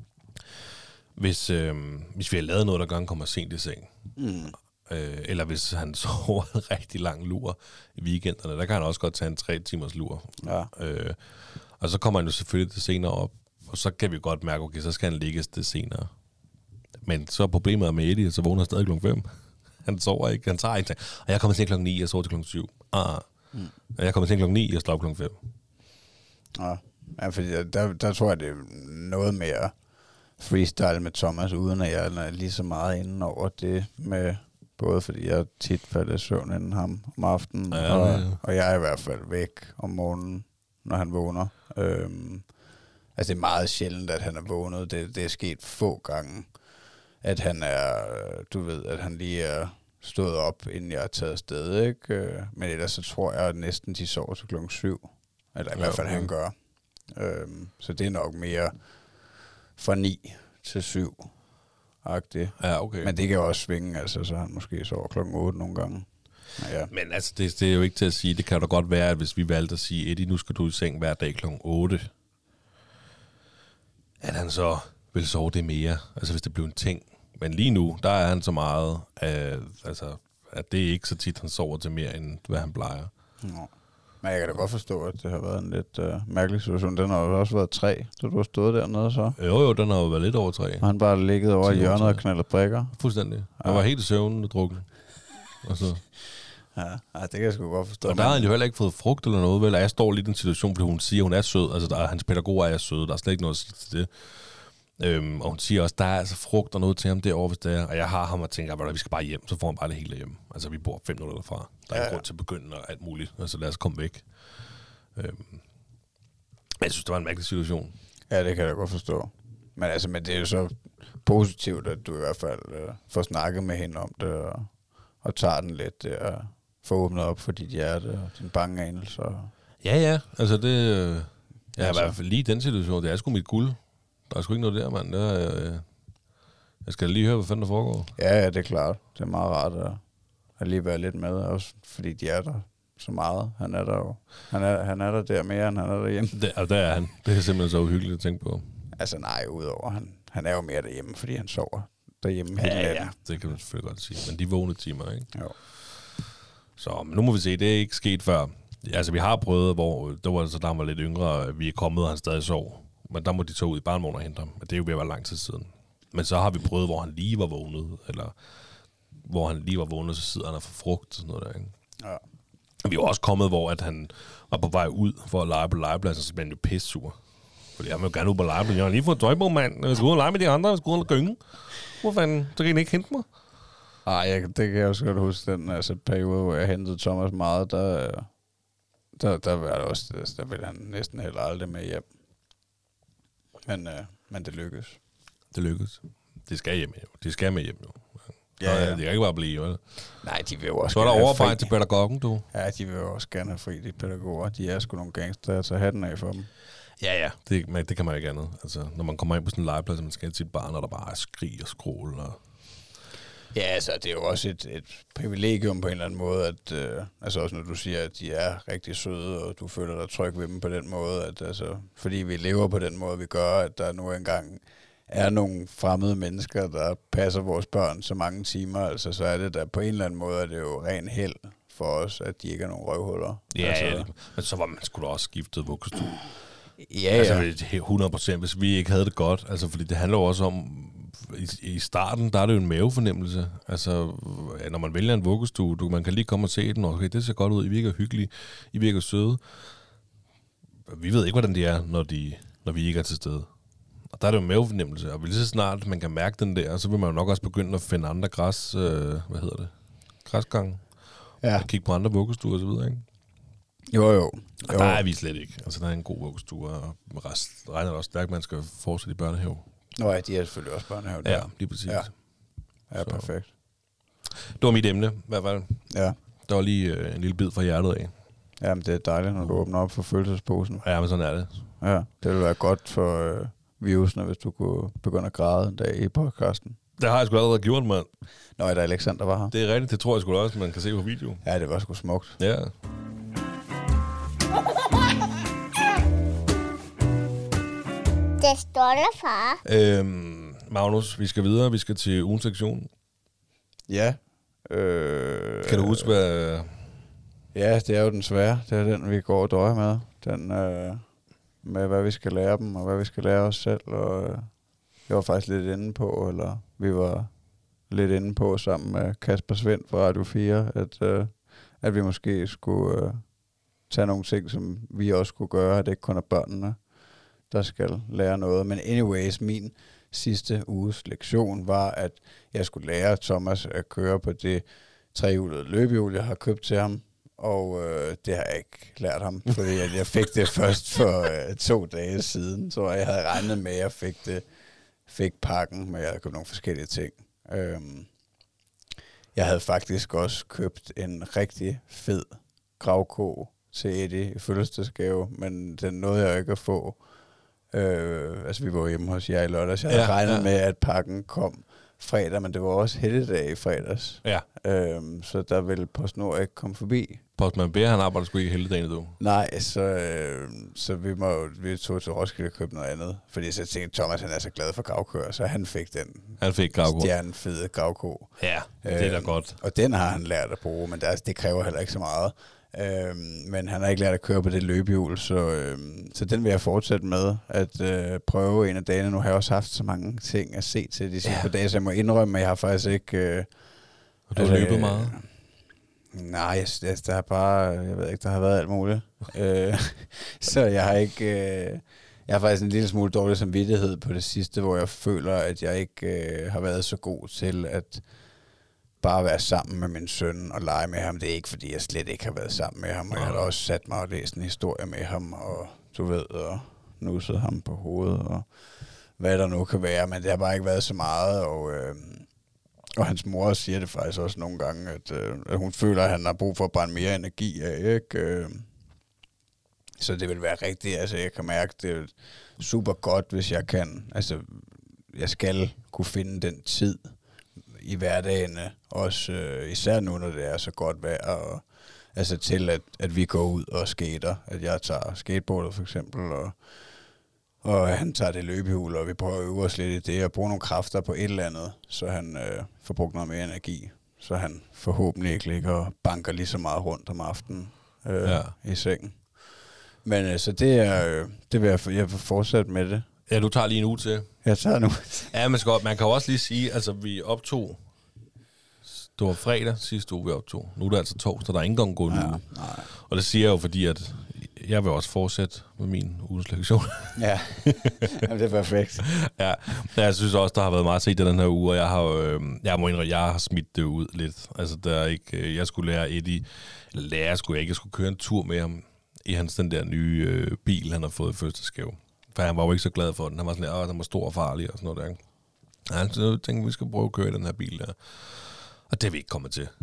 Hvis vi har lavet noget, der gør, han kommer sent i seng. Eller hvis han sover en rigtig lang lur i weekenderne, der kan han også godt tage en 3 timers lur. Ja. Og så kommer han jo selvfølgelig det senere op, og så kan vi godt mærke, okay, så skal han ligge det senere. Men så er problemet med Eddie, så vågner han stadig 5:00. Han sover ikke, han tager ikke. Og jeg kommer til 9:00, jeg sover til 7:00. Og jeg kommer til 9:00, jeg står op 5:00. Ja, fordi der tror jeg, det er noget mere freestyle med Thomas, uden at jeg er lige så meget inde over det med, både fordi jeg tit falder i søvn inden ham om aftenen, og jeg er i hvert fald væk om morgenen, når han vågner. Altså det er meget sjældent, at han er vågnet. Det er sket få gange, at han at han lige er stået op, inden jeg er taget afsted, ikke? Men ellers så tror jeg, at næsten de sover til 7:00. Eller i hvert fald han gør. Så det er nok mere fra 9 til 7-agtigt. Ja, okay. Men det kan jo også svinge, altså, så han måske sover 8:00 nogle gange. Ja. Men altså, det er jo ikke til at sige, det kan da godt være, at hvis vi valgte at sige, Eddie, nu skal du i seng hver dag 8:00, at han så vil sove det mere, altså hvis det blev en ting. Men lige nu, der er han så meget, at det er ikke så tit, han sover til mere, end hvad han plejer. Nå. Men jeg kan da godt forstå, at det har været en lidt mærkelig situation. Den har jo også været 3, så du har stået dernede så. Jo, den har jo været lidt over 3. Og han bare ligget over i hjørnet og knaldet prikker. Fuldstændig. Jeg var helt i søvn og drukken. Og så. Ja, det kan jeg sgu godt forstå. Og der har han jo heller ikke fået frugt eller noget, vel? Jeg står lidt i den situation, fordi hun siger, at hun er sød. Altså, hans pædagoger er søde. Der er slet ikke noget at sige til det. Og hun siger også, der er altså frugt og noget til ham derovre, hvis det er. Og jeg har ham og tænker, at vi skal bare hjem, så får han bare det hele hjem. Altså, vi bor 5 minutter derfra. Der er ikke grund til at begynde og alt muligt. Altså, lad os komme væk. Jeg synes, det var en mærkelig situation. Ja, det kan jeg godt forstå. Men det er jo så positivt, at du i hvert fald får snakket med hende om det, og tager den lidt og får åbnet op for dit hjerte og din bange anelser. Ja. Altså, det... Ja, i hvert fald lige den situation, det er sgu mit guld. Der er sgu ikke noget der, mand. Jeg skal lige høre, hvad fanden der foregår. Ja, det er klart. Det er meget rart at lige være lidt med, også fordi de er der så meget. Han er der jo. Han er der mere, end han er derhjemme. Der er han. Det er simpelthen så uhyggeligt at tænke på. Altså nej, udover han er jo mere derhjemme, fordi han sover derhjemme hele natten. Ja, det kan man selvfølgelig godt sige. Men de vågne timer, ikke? Jo. Så men nu må vi se, det er ikke sket før. Altså, vi har prøvet, hvor det var altså, der var lidt yngre, vi er kommet, og han stadig sov. Men der må de tage ud i barnevogn og hente ham. Men det er jo ved at være lang tid siden. Men så har vi prøvet, hvor han lige var vågnet, eller hvor han lige var vågnet, så sidder han og får frugt og sådan noget der, ikke? Ja. Vi er jo også kommet, hvor at han var på vej ud for at lege på legepladsen, så blev han jo pissur. Fordi jeg vil jo gerne ud på legepladsen. Jeg har lige fået tøj på, mand. Jeg skal ud og lege med de andre, jeg skal ud og gynge. Hvor fanden? Så kan I ikke hente mig? Ej, det kan jeg også godt huske, den periode, hvor jeg hentede Thomas meget, der var det også, der ville han næsten heller aldrig med hjem. Men det lykkedes. Det lykkedes. Det skal hjem jo. De skal med hjem jo. Ja. Det kan ikke bare blive, vel? Nej, de vil jo også så er der overarbejde til pædagogen, du. Ja, de vil jo også gerne have fri, de pædagoger. De er sgu nogle gangster, så hatten af for dem. Ja. Det kan man ikke andet. Altså, når man kommer ind på sådan en legeplads, man skal til et barn, og der bare er skrig og skrål. Og... Ja, altså, det er jo også et privilegium på en eller anden måde, at altså også når du siger, at de er rigtig søde, og du føler dig tryg ved dem på den måde, at altså, fordi vi lever på den måde, vi gør, at der nu engang er nogle fremmede mennesker, der passer vores børn så mange timer, altså så er det der på en eller anden måde, at det er jo ren held for os, at de ikke er nogle røvhuller. Ja, altså, men så var man skulle da også skiftet vuggestue. Ja. Altså 100%, hvis vi ikke havde det godt. Altså, fordi det handler jo også om, i starten, der er det jo en mavefornemmelse. Altså, når man vælger en vuggestue, man kan lige komme og se den, og okay, det ser godt ud, I virker hyggelige, I virker søde. Vi ved ikke, hvordan de er, når vi ikke er til stede. Og der er det jo en mavefornemmelse, og lige så snart man kan mærke den der, så vil man jo nok også begynde at finde andre græsgange. Ja. Og kigge på andre vuggestuer og så videre, ikke? Jo. Og der er vi slet ikke. Altså, der er en god vuggestue, og resten regner det også stærkt, man skal fortsætte i børnehave. Nå ja, de er selvfølgelig også børnehave der. Ja, lige præcis. Ja, perfekt. Det var mit emne, i hvert fald. Ja. Der var lige en lille bid fra hjertet af. Jamen, det er dejligt, når du åbner op for følelsesposen. Ja, men sådan er det. Ja, det ville være godt for virusene, hvis du kunne begynde at græde en dag i podcasten. Det har jeg sgu allerede gjort, mand. Nå, da Alexander var her. Det er rigtigt, det tror jeg sgu da også, man kan se på video. Ja, det var sgu smukt. Ja. Det stolte far. Magnus, vi skal videre. Vi skal til ugens sektion. Ja. Kan du huske, hvad... Ja, det er jo den svære. Det er den, vi går og døjer med. Den med, hvad vi skal lære dem, og hvad vi skal lære os selv. Og jeg var faktisk lidt inde på, eller vi var lidt inde på sammen med Kasper Svind fra Radio 4, at vi måske skulle tage nogle ting, som vi også skulle gøre, at det ikke kun er børnene, der skal lære noget. Men anyways, min sidste uges lektion var, at jeg skulle lære Thomas at køre på det trehjulede løbehjul, jeg har købt til ham. Og det har jeg ikke lært ham, fordi jeg fik det først for 2 dage siden. Så jeg havde regnet med, at jeg fik pakken, men jeg havde købt nogle forskellige ting. Jeg havde faktisk også købt en rigtig fed gravko til Eddie i fødselsdagsgave, men den nåede jeg ikke at få. Altså vi var hjemme hos jer i lørdags. Jeg havde regnet med, at pakken kom fredag, men det var også helligdag i fredags. Ja. Så der ville PostNord ikke komme forbi. Postmand B, han arbejder sgu ikke hele dagen, du. Nej, så vi tog til Roskilde og købte noget andet. Fordi så tænkte Thomas, han er så glad for gravkøer, så han fik den. Han fik gravko. Stjernefede gravko. Ja, det er da godt. Og den har han lært at bruge, men det kræver heller ikke så meget. Men han har ikke lært at køre på det løbehjul, så den vil jeg fortsætte med at prøve en af dagene. Nu har jeg også haft så mange ting at se til de sidste dage, så jeg må indrømme, at jeg har faktisk ikke... Du har løbet meget? Nej, der er bare... Jeg ved ikke, der har været alt muligt. Så jeg har ikke... Jeg har faktisk en lille smule dårlig samvittighed på det sidste, hvor jeg føler, at jeg ikke har været så god til at bare være sammen med min søn og lege med ham. Det er ikke, fordi jeg slet ikke har været sammen med ham, og jeg har også sat mig og læst en historie med ham, og du ved, og nusset ham på hovedet, og hvad der nu kan være, men det har bare ikke været så meget, og hans mor siger det faktisk også nogle gange, at hun føler, at han har brug for at brænde mere energi af, ikke? Så det vil være rigtigt, altså jeg kan mærke, det er super godt, hvis jeg kan, altså jeg skal kunne finde den tid i hverdagen, også især nu, når det er så godt vejr, og altså til at vi går ud og skater, at jeg tager skateboardet for eksempel, og han tager det løbehjul, og vi prøver at øve os lidt i det, og bruge nogle kræfter på et eller andet, så han får brugt noget mere energi, så han forhåbentlig ikke ligger og banker lige så meget rundt om aftenen i sengen. Men så det vil jeg fortsætte med det. Ja, du tager lige en uge til. Jeg tager nu. Ja, man kan jo også lige sige, altså vi optog, det var fredag sidste uge, vi optog. Nu er det altså torsdag, der er ikke engang gået en uge. Nej. Og det siger jeg jo, fordi at jeg vil også fortsætte med min uges lektion. Ja, jamen, det er perfekt. Ja, jeg synes også, der har været meget set den her uge, og jeg har smidt det ud lidt. Altså, der er ikke, jeg skulle lære Eddie, jeg skulle køre en tur med ham i hans den der nye bil, han har fået i fødselsdagsgave. For han var jo ikke så glad for den. Han var sådan, den var stor og farlig og sådan noget der. Ja, så tænkte vi skal prøve at køre i den her bil der. Og det er vi ikke kommet til.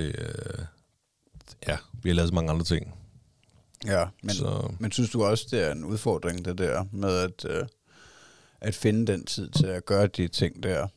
Vi har lavet så mange andre ting. Ja, men synes du også, det er en udfordring, det der med at finde den tid til at gøre de ting der?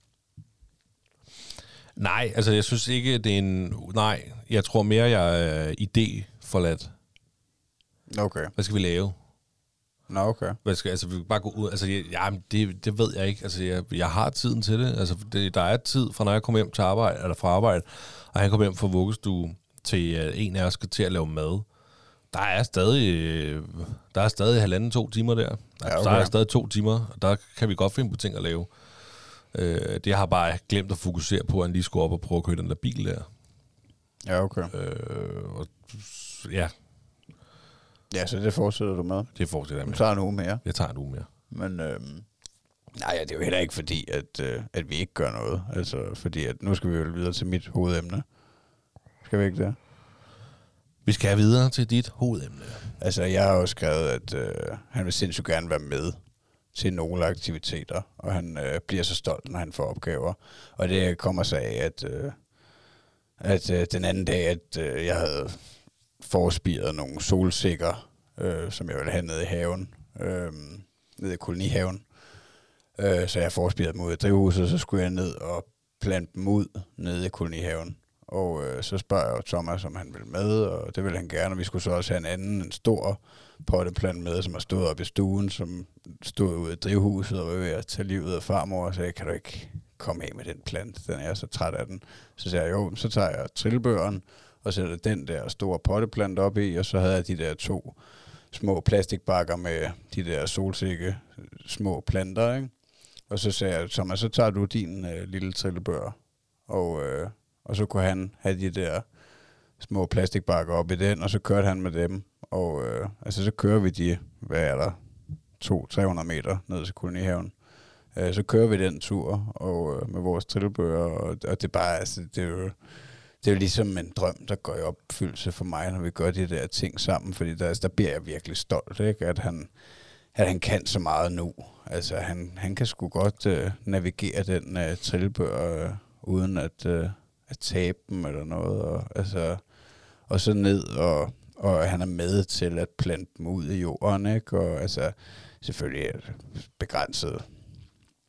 Nej, altså jeg synes ikke, det er en... Nej, jeg tror mere, jeg er idéforladt. Okay. Hvad skal vi lave? Nå, okay. Vi bare gå ud. Altså, det ved jeg ikke. Altså, jeg har tiden til det. Altså, der er tid fra, når jeg kommer hjem til arbejde, eller fra arbejde, og han kommer hjem fra vuggestue, til en af os skal til at lave mad. Der er stadig 1,5-2 timer der. Ja, okay. Der er stadig 2 timer, og der kan vi godt finde på ting at lave. Det har bare glemt at fokusere på, at han lige skulle op og prøve at køre den der bil der. Ja, okay. Ja. Ja, så det fortsætter du med? Det fortsætter jeg med. Du tager en uge mere? Jeg tager en uge mere. Men nej, det er jo heller ikke fordi, at vi ikke gør noget. Altså, fordi at nu skal vi jo videre til mit hovedemne. Skal vi ikke det? Vi skal videre til dit hovedemne. Altså, jeg har jo skrevet, at han vil sindssygt gerne være med til nogle aktiviteter, og han bliver så stolt, når han får opgaver. Og det kommer sig af, at den anden dag, at jeg havde forspiret nogle solsikker, som jeg ville have nede i haven, nede i kolonihaven. Så jeg forspirede dem ud af drivhuset, så skulle jeg ned og plante dem ud nede i kolonihaven. Og så spørger jeg Thomas, om han vil med, og det vil han gerne. Og vi skulle så også have en stor potteplant med, som har stået op i stuen, som stod ude i drivhuset og var ved at tage livet af farmor, og sagde, kan du ikke komme af med den plant? Den er jeg så træt af den. Så sagde jeg, jo, så tager jeg trillebøren og sætter den der store potteplant op i, og så havde jeg de der 2 små plastikbakker med de der solsikke små planter, ikke? Og så sagde jeg, Thomas, så tager du din lille trillebør, og så kunne han have de der små plastikbakker op i den, og så kørte han med dem. Og så kører vi de, hvad er der, 200-300 meter ned til kolonihaven. Så kører vi den tur og med vores trillebøger, og det er bare, altså, det er jo ligesom en drøm, der går i opfyldelse for mig, når vi gør de der ting sammen, fordi der bliver jeg virkelig stolt, ikke? At han kan så meget nu. Altså, han kan sgu godt navigere den trillebør uden at tabe dem eller noget, og så ned, og han er med til at plante dem ud i jorden, ikke? Og altså, selvfølgelig er det begrænset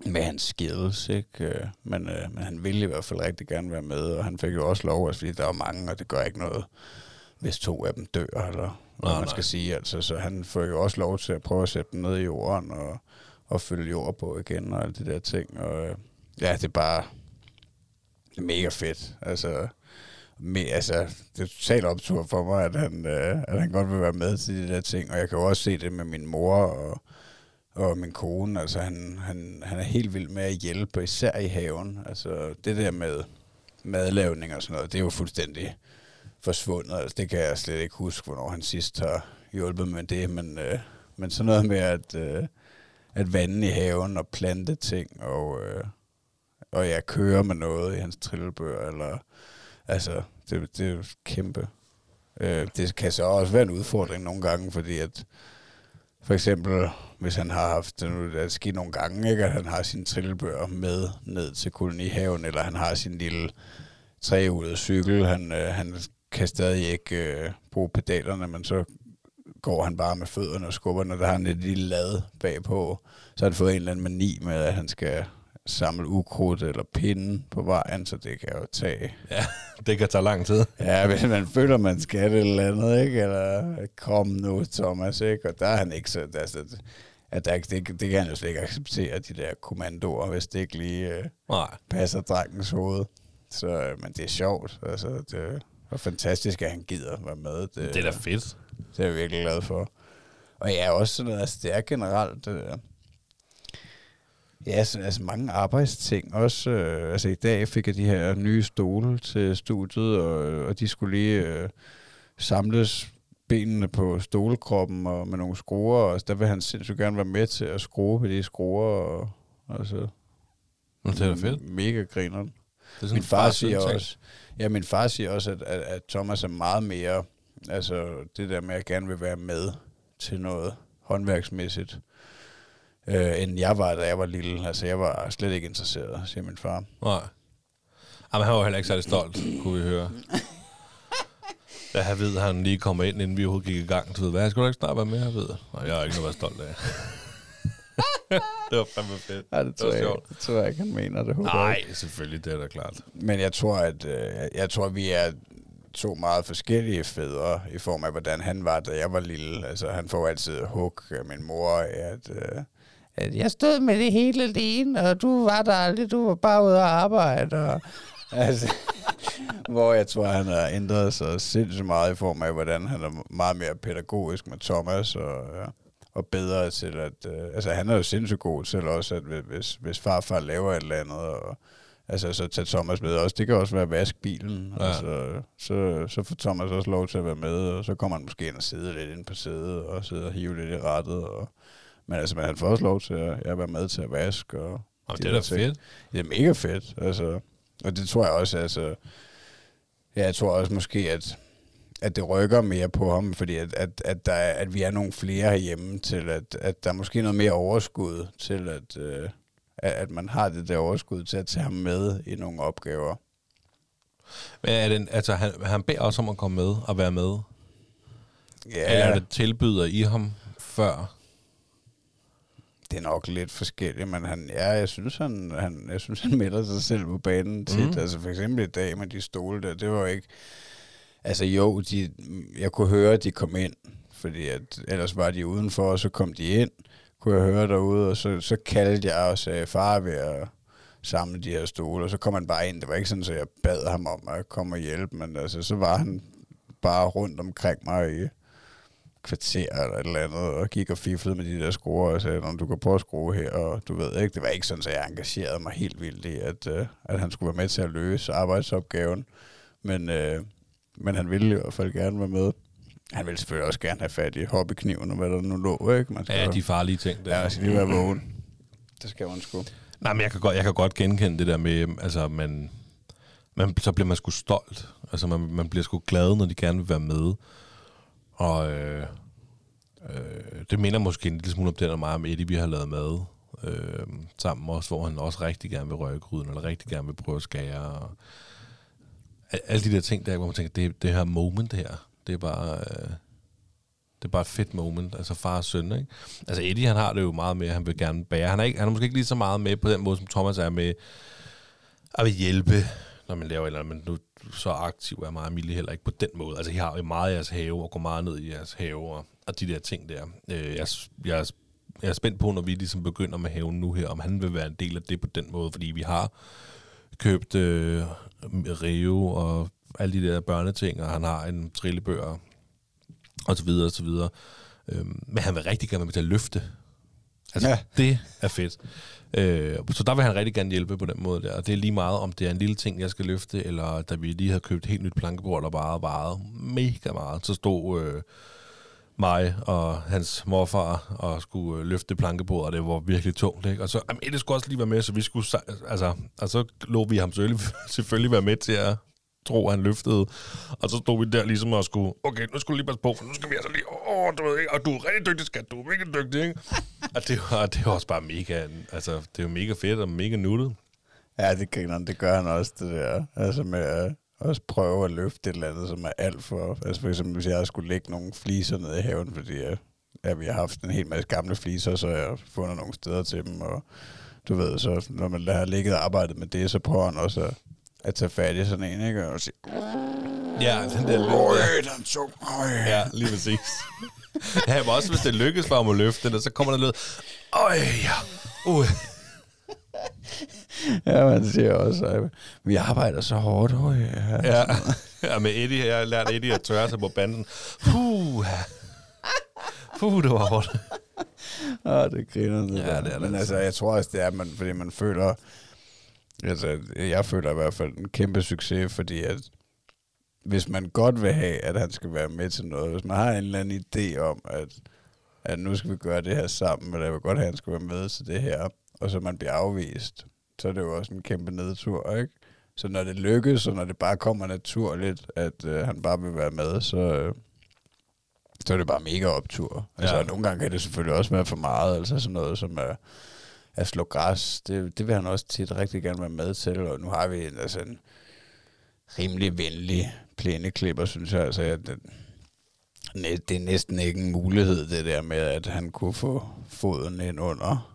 med hans skills, ikke? Men han ville i hvert fald rigtig gerne være med, og han fik jo også lov, fordi der var mange, og det gør ikke noget, hvis 2 af dem dør, eller hvad man skal sige. Altså, så han får jo også lov til at prøve at sætte dem ned i jorden, og fylde jord på igen, og alle de der ting. Og ja, det er bare mega fedt. Altså, det er totalt optur for mig, at han godt vil være med til de der ting, og jeg kan jo også se det med min mor og min kone. Altså, han er helt vild med at hjælpe, især i haven. Altså, det der med madlavning og sådan noget, det er jo fuldstændig forsvundet. Altså, det kan jeg slet ikke huske, hvornår han sidst har hjulpet med det, men sådan noget med at vande i haven og plante ting, og jeg kører med noget i hans trillebør, eller altså, det er jo kæmpe. Det kan så også være en udfordring nogle gange, fordi at for eksempel, hvis han har haft, det er sket nogle gange, ikke, at han har sin trillebør med ned til kolonihaven, eller han har sin lille trehjulede cykel, han kan stadig ikke bruge pedalerne, men så går han bare med fødderne og skubber, når der har en lille lad bagpå, så har han fået en eller anden mani med, at han skal samle ukrudt eller pinde på vejen, så det kan jo tage. Ja, det kan tage lang tid. Ja, hvis man føler, man skal et eller andet, ikke? Eller kom nu, Thomas, ikke? Og der er han ikke så, det kan han jo slet ikke acceptere, de der kommandoer, hvis det ikke lige passer drengens hoved. Så, men det er sjovt, altså, det er fantastisk, at han gider være med. Det er da fedt. Det er jeg virkelig glad for. Og ja, også sådan noget, altså det er generelt, ja, altså mange arbejdsting også. Altså i dag fik jeg de her nye stole til studiet, og de skulle lige samles benene på stolekroppen og med nogle skruer, og der vil han sindssygt gerne være med til at skrue på de skruer, og altså. Det er da fedt. Mega grineren. Min far siger også, at Thomas er meget mere, altså det der med, at jeg gerne vil være med til noget håndværksmæssigt, end jeg var, da jeg var lille. Altså, jeg var slet ikke interesseret, siger min far. Nej. Jamen, han var heller ikke særlig stolt, kunne vi høre. Da jeg ved, at han lige kommer ind, inden vi overhovedet gik i gang. Du ved, hvad, skulle du ikke snart være med, jeg ved? Nej, jeg har ikke noget at være stolt af. Det var fandme fedt. Ja, det tror jeg ikke, han mener det. Nej, selvfølgelig, det er da klart. Men jeg tror, vi er 2 meget forskellige fædre, i form af, hvordan han var, da jeg var lille. Altså, han får altid hug af min mor, at jeg stod med det hele alene, og du var der aldrig, du var bare ude at arbejde. Og, altså, hvor jeg tror, han har ændret sig sindssygt meget i form af, hvordan han er meget mere pædagogisk med Thomas, og bedre til at... altså, han er jo sindssygt god til også, at hvis farfar laver et eller andet, og altså, så tager Thomas med også. Det kan også være at vaske bilen. Ja. Altså, så får Thomas også lov til at være med, og så kommer han måske ind og sidde lidt inde på sædet, og sidde og hive lidt i rattet. Men han får også lov til at være med til at vaske. Og det er da fedt. Det er mega fedt. Altså, og det tror jeg også, altså... Ja, jeg tror også måske, at det rykker mere på ham, fordi at vi er nogle flere herhjemme til, at der er måske noget mere overskud til, at man har det der overskud til at tage ham med i nogle opgaver. Men altså, han beder også om at komme med og være med? Ja. Eller er det tilbyder i ham før? Det er nok lidt forskelligt, men jeg synes, han melder sig selv på banen tit. Altså for eksempel i dag med de stole der, det var ikke... Altså jo, jeg kunne høre, at de kom ind, fordi ellers var de udenfor, og så kom de ind, kunne jeg høre derude, og så kaldte jeg og sagde, far ved at samle de her stole, og så kom han bare ind. Det var ikke sådan, at jeg bad ham om at komme og hjælpe, men altså, så var han bare rundt omkring mig i kvarter eller et eller andet, og gik og fiflede med de der skruer, og sagde, du kan prøve at skrue her, og du ved ikke, det var ikke sådan, at jeg engagerede mig helt vildt i, at han skulle være med til at løse arbejdsopgaven, men han ville i hvert fald gerne være med. Han ville selvfølgelig også gerne have fat i hobbykniven, og hvad der nu lå, ikke? Man skal de farlige ting der. Ja, man skal lige være vågen. Det skal man sgu. Nej, men jeg kan godt genkende det der med, altså, så bliver man sgu stolt. Altså, man bliver sgu glad, når de gerne vil være med. Og det minder måske en lille smule om det, der meget om Eddie, vi har lavet med sammen også, hvor han også rigtig gerne vil røre gryden, eller rigtig gerne vil prøve at skære. Og alle de der ting der, hvor man tænker, det her moment her, det er bare... Det er bare et fedt moment, altså far og søn, ikke? Altså Eddie, han har det jo meget med, han vil gerne bære. Han er måske ikke lige så meget med på den måde, som Thomas er med at vil hjælpe, når man laver et eller andet, men nu så aktiv er mig og Mille heller ikke på den måde. Altså, I har jo meget i jeres have, og går meget ned i jeres have, og de der ting der. Jeg er spændt på, når vi ligesom begynder med haven nu her, om han vil være en del af det på den måde, fordi vi har købt Rio og alle de der børneting, og han har en trillebør, og så videre, og så videre. Men han vil rigtig gerne være med til at løfte. Altså, ja. Det er fedt. Så der vil han rigtig gerne hjælpe på den måde der. Og det er lige meget, om det er en lille ting, jeg skal løfte, eller da vi lige havde købt et helt nyt plankebord, der bare varede mega meget. Så stod mig og hans morfar og skulle løfte plankebord, og det var virkelig tungt, ikke? Og så, det skulle også lige være med, så vi skulle, altså, og så lå vi ham selvfølgelig være med til at tro, han løftede. Og så stod vi der ligesom og skulle, okay, nu skulle lige passe på, for nu skal vi altså lige, du ved ikke, og du er rigtig dygtig, skat, du er virkelig dygtig, ikke? Og det var også bare mega, altså, det er jo mega fedt og mega nuttet. Ja, det gør han også, det der, altså med at også prøve at løfte et eller andet, som er alt for, altså for eksempel, hvis jeg skulle lægge nogle fliser ned i haven, fordi vi har haft en hel masse gamle fliser, så jeg har fundet nogle steder til dem, og du ved, så når man har ligget og arbejdet med det, så prøver han også at tage fat i sådan en, ikke? Og sige, ja, den der lyd. Den tung. Ja, lige præcis. Ja, men også hvis det lykkes for ham at løfte den, så kommer der lyd. Ja. Ja, man siger også, at vi arbejder så hårdt. Ja, med Eddie, jeg har lært Eddie at tørre sig på banden. Det var hårdt. Det griner det. Ja, det er men altså, jeg tror også, det er, fordi man føler, altså, jeg føler i hvert fald en kæmpe succes, fordi at hvis man godt vil have, at han skal være med til noget, hvis man har en eller anden idé om, at nu skal vi gøre det her sammen, eller jeg vil godt have, at han skal være med til det her, og så man bliver afvist, så er det jo også en kæmpe nedtur, ikke? Så når det lykkes, og når det bare kommer naturligt, at han bare vil være med, så er det bare mega optur. Altså, ja. Nogle gange kan det selvfølgelig også være for meget, altså sådan noget som at slå græs, det vil han også tit rigtig gerne være med til, og nu har vi en rimelig venlig plæneklipper, synes jeg, altså, det er næsten ikke en mulighed, det der med, at han kunne få foden ind under,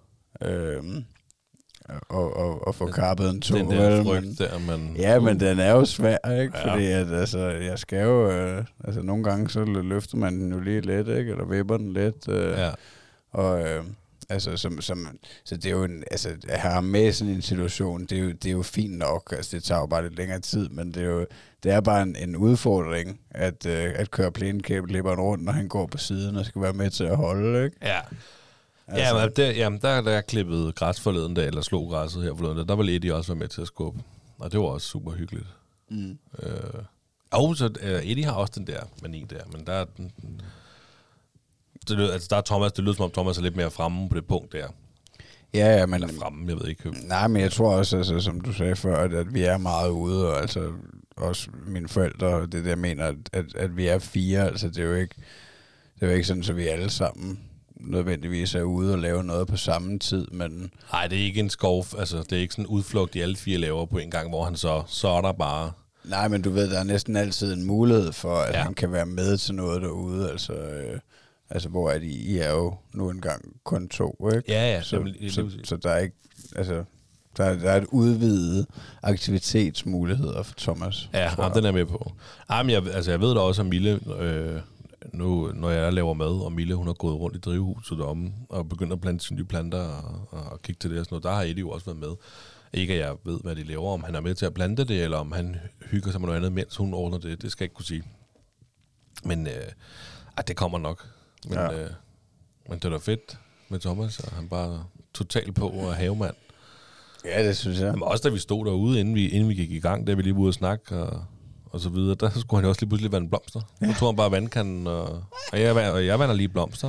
og få kappet en tog. Den der frygt der, man... Ja, men den er jo svær, ikke? Ja. Fordi at, altså, jeg skal jo... altså, nogle gange så løfter man den jo lige lidt, ikke? Eller vipper den lidt. Ja. Og... altså, så det er jo altså, at have med sådan en situation, det er jo fint nok, altså det tager jo bare lidt længere tid, men det er bare en udfordring, at køre plæneklipperen rundt, når han går på siden, og skal være med til at holde, ikke? Ja. Altså. Der jeg klippede græs forleden dag, eller slog græsset her forleden dag, der ville Eddie også være med til at skubbe, og det var også super hyggeligt. Og så Eddie har også den der mani der, men der er den... der er Thomas, det lyder som om Thomas er lidt mere fremme på det punkt der. Ja, men... Eller fremme, jeg ved ikke. Nej, men jeg tror også, altså, som du sagde før, at vi er meget ude, og altså også mine forældre, det der mener, at vi er 4, altså det er jo ikke sådan, så vi alle sammen nødvendigvis er ude og lave noget på samme tid, men... Nej, det er ikke en skov, altså det er ikke sådan en udflugt, de alle 4 laver på en gang, hvor han så er der bare... Nej, men du ved, der er næsten altid en mulighed for, at han kan være med til noget derude, altså hvor at I er jo nu engang kun 2, ikke? Ja. Så der er ikke, altså, der er et udvidet aktivitetsmuligheder for Thomas. Ja, den er med på. Men jeg ved da også, at Mille, nu når jeg laver mad, og Mille, hun har gået rundt i drivhuset deromme, og begyndt at plante sine nye planter, og kigge til det og sådan noget, der har Eddie jo også været med. Ikke at jeg ved, hvad de laver, om han er med til at plante det, eller om han hygger sig med noget andet, mens hun ordner det. Det skal jeg ikke kunne sige. Men det kommer nok. Men det er da fedt med Thomas, og han bare totalt på og havemand. Ja, det synes jeg. Men også da vi stod derude, inden vi gik i gang, da vi lige var ude og snakke og så videre, der skulle han også lige pludselig vande blomster. Nu tog han bare vandkanden, og jeg vander lige blomster.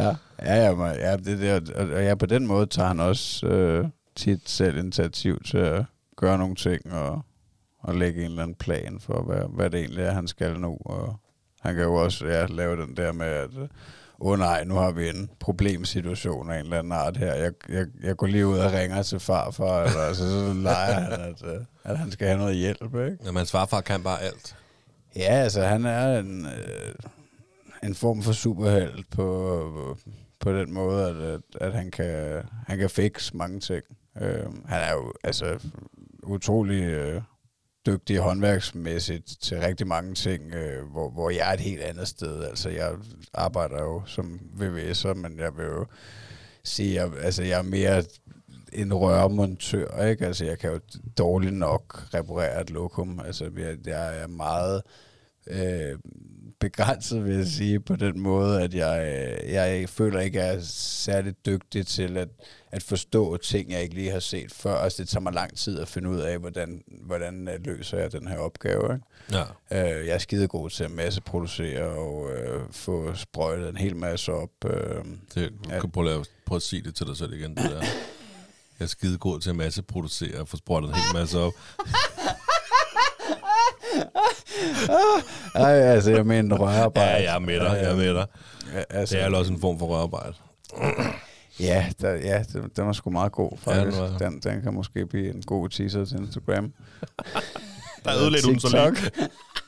Ja, det der, og på den måde tager han også tit selv initiativ til at gøre nogle ting, og lægge en eller anden plan for, hvad det egentlig er, han skal nu, og han kan jo også lave den der med, at nej, nu har vi en problemsituation af en eller anden art her. Jeg går lige ud og ringer til farfar, eller altså, så leger han, at han skal have noget hjælp, ikke? Jamen, hans farfar kan bare alt. Ja, altså han er en form for superhelt på den måde, at han kan fixe mange ting. Han er jo altså utrolig dygtig håndværksmæssigt til rigtig mange ting, hvor jeg er et helt andet sted. Altså, jeg arbejder jo som VVS'er, men jeg vil jo sige, jeg er mere en rørmontør, ikke? Altså, jeg kan jo dårligt nok reparere et lokum. Altså, jeg er meget begrænset, vil jeg sige, på den måde, at jeg føler ikke, at jeg er særlig dygtig til at forstå ting, jeg ikke lige har set før. Altså, det tager mig lang tid at finde ud af, hvordan løser jeg den her opgave. Ikke? Ja. Jeg er skidegod til at masseproducere og få sprøjtet en hel masse op. Prøv at sige det til dig selv igen, det der. Jeg er skidegod til at masseproducere og få sprøjtet en hel masse op. Ej, altså, jeg mener rørarbejde. Ja, jeg er med dig. Ja, altså, det er også en form for rørarbejde. Ja, den var sgu meget god, faktisk. Ja, den kan måske blive en god teaser til Instagram. Der er ødelagt hun så lige.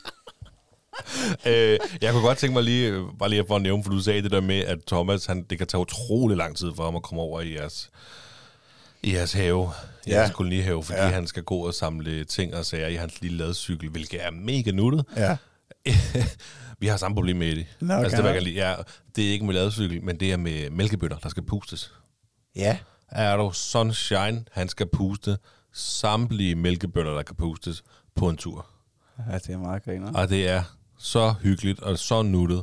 Jeg kunne godt tænke mig bare lige for at nævne, for du sagde det der med, at Thomas, det kan tage utrolig lang tid for ham at komme over i jeres have, i jeres kolonihave, fordi han skal gå og samle ting og sager i hans lille ladcykel, hvilket er mega nuttet. Ja. Vi har samme problem med det. Altså, det er ikke med ladcykel, men det er med mælkebøtter, der skal pustes. Ja. Er du sunshine, han skal puste samtlige mælkebøtter, der kan pustes på en tur. Ja, det er meget griner. Og det er så hyggeligt og så nuttet.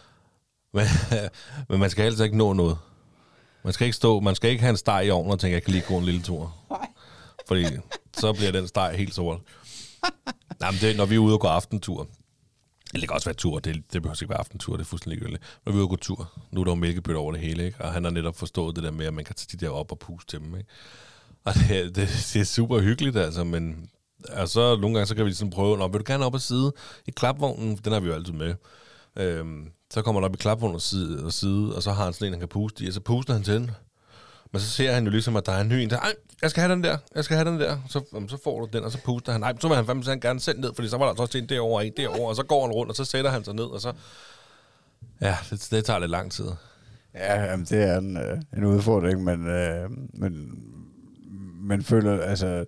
Men man skal helst ikke nå noget. Man skal ikke have en steg i ovnen og tænke, jeg kan lige gå en lille tur. Fordi så bliver den steg helt sort. Nej, men når vi er ude og gå aftentur, det kan også være tur, det behøver ikke være aftentur, det er fuldstændig ligegyldigt. Når vi er ude og gå tur, nu er der jo mælkebøtter over det hele, ikke? Og han har netop forstået det der med, at man kan tage de der op og puste til dem, ikke? Og det er super hyggeligt, altså, men så nogle gange, så kan vi ligesom prøve, vil du gerne op og sidde i klapvognen, den har vi jo altid med. Så kommer der op i klapvognen og sidde, og så har han sådan en, han kan puste i, og så puster han til den. Men så ser han jo ligesom, at der er en ny en, der, jeg skal have den der, så får du den, og så puster han. Så vil han fandme gerne selv ned, fordi så var der også en derovre, og så går han rundt, og så sætter han sig ned, og så... Ja, det tager lidt lang tid. Ja, jamen, det er en udfordring, men føler, altså...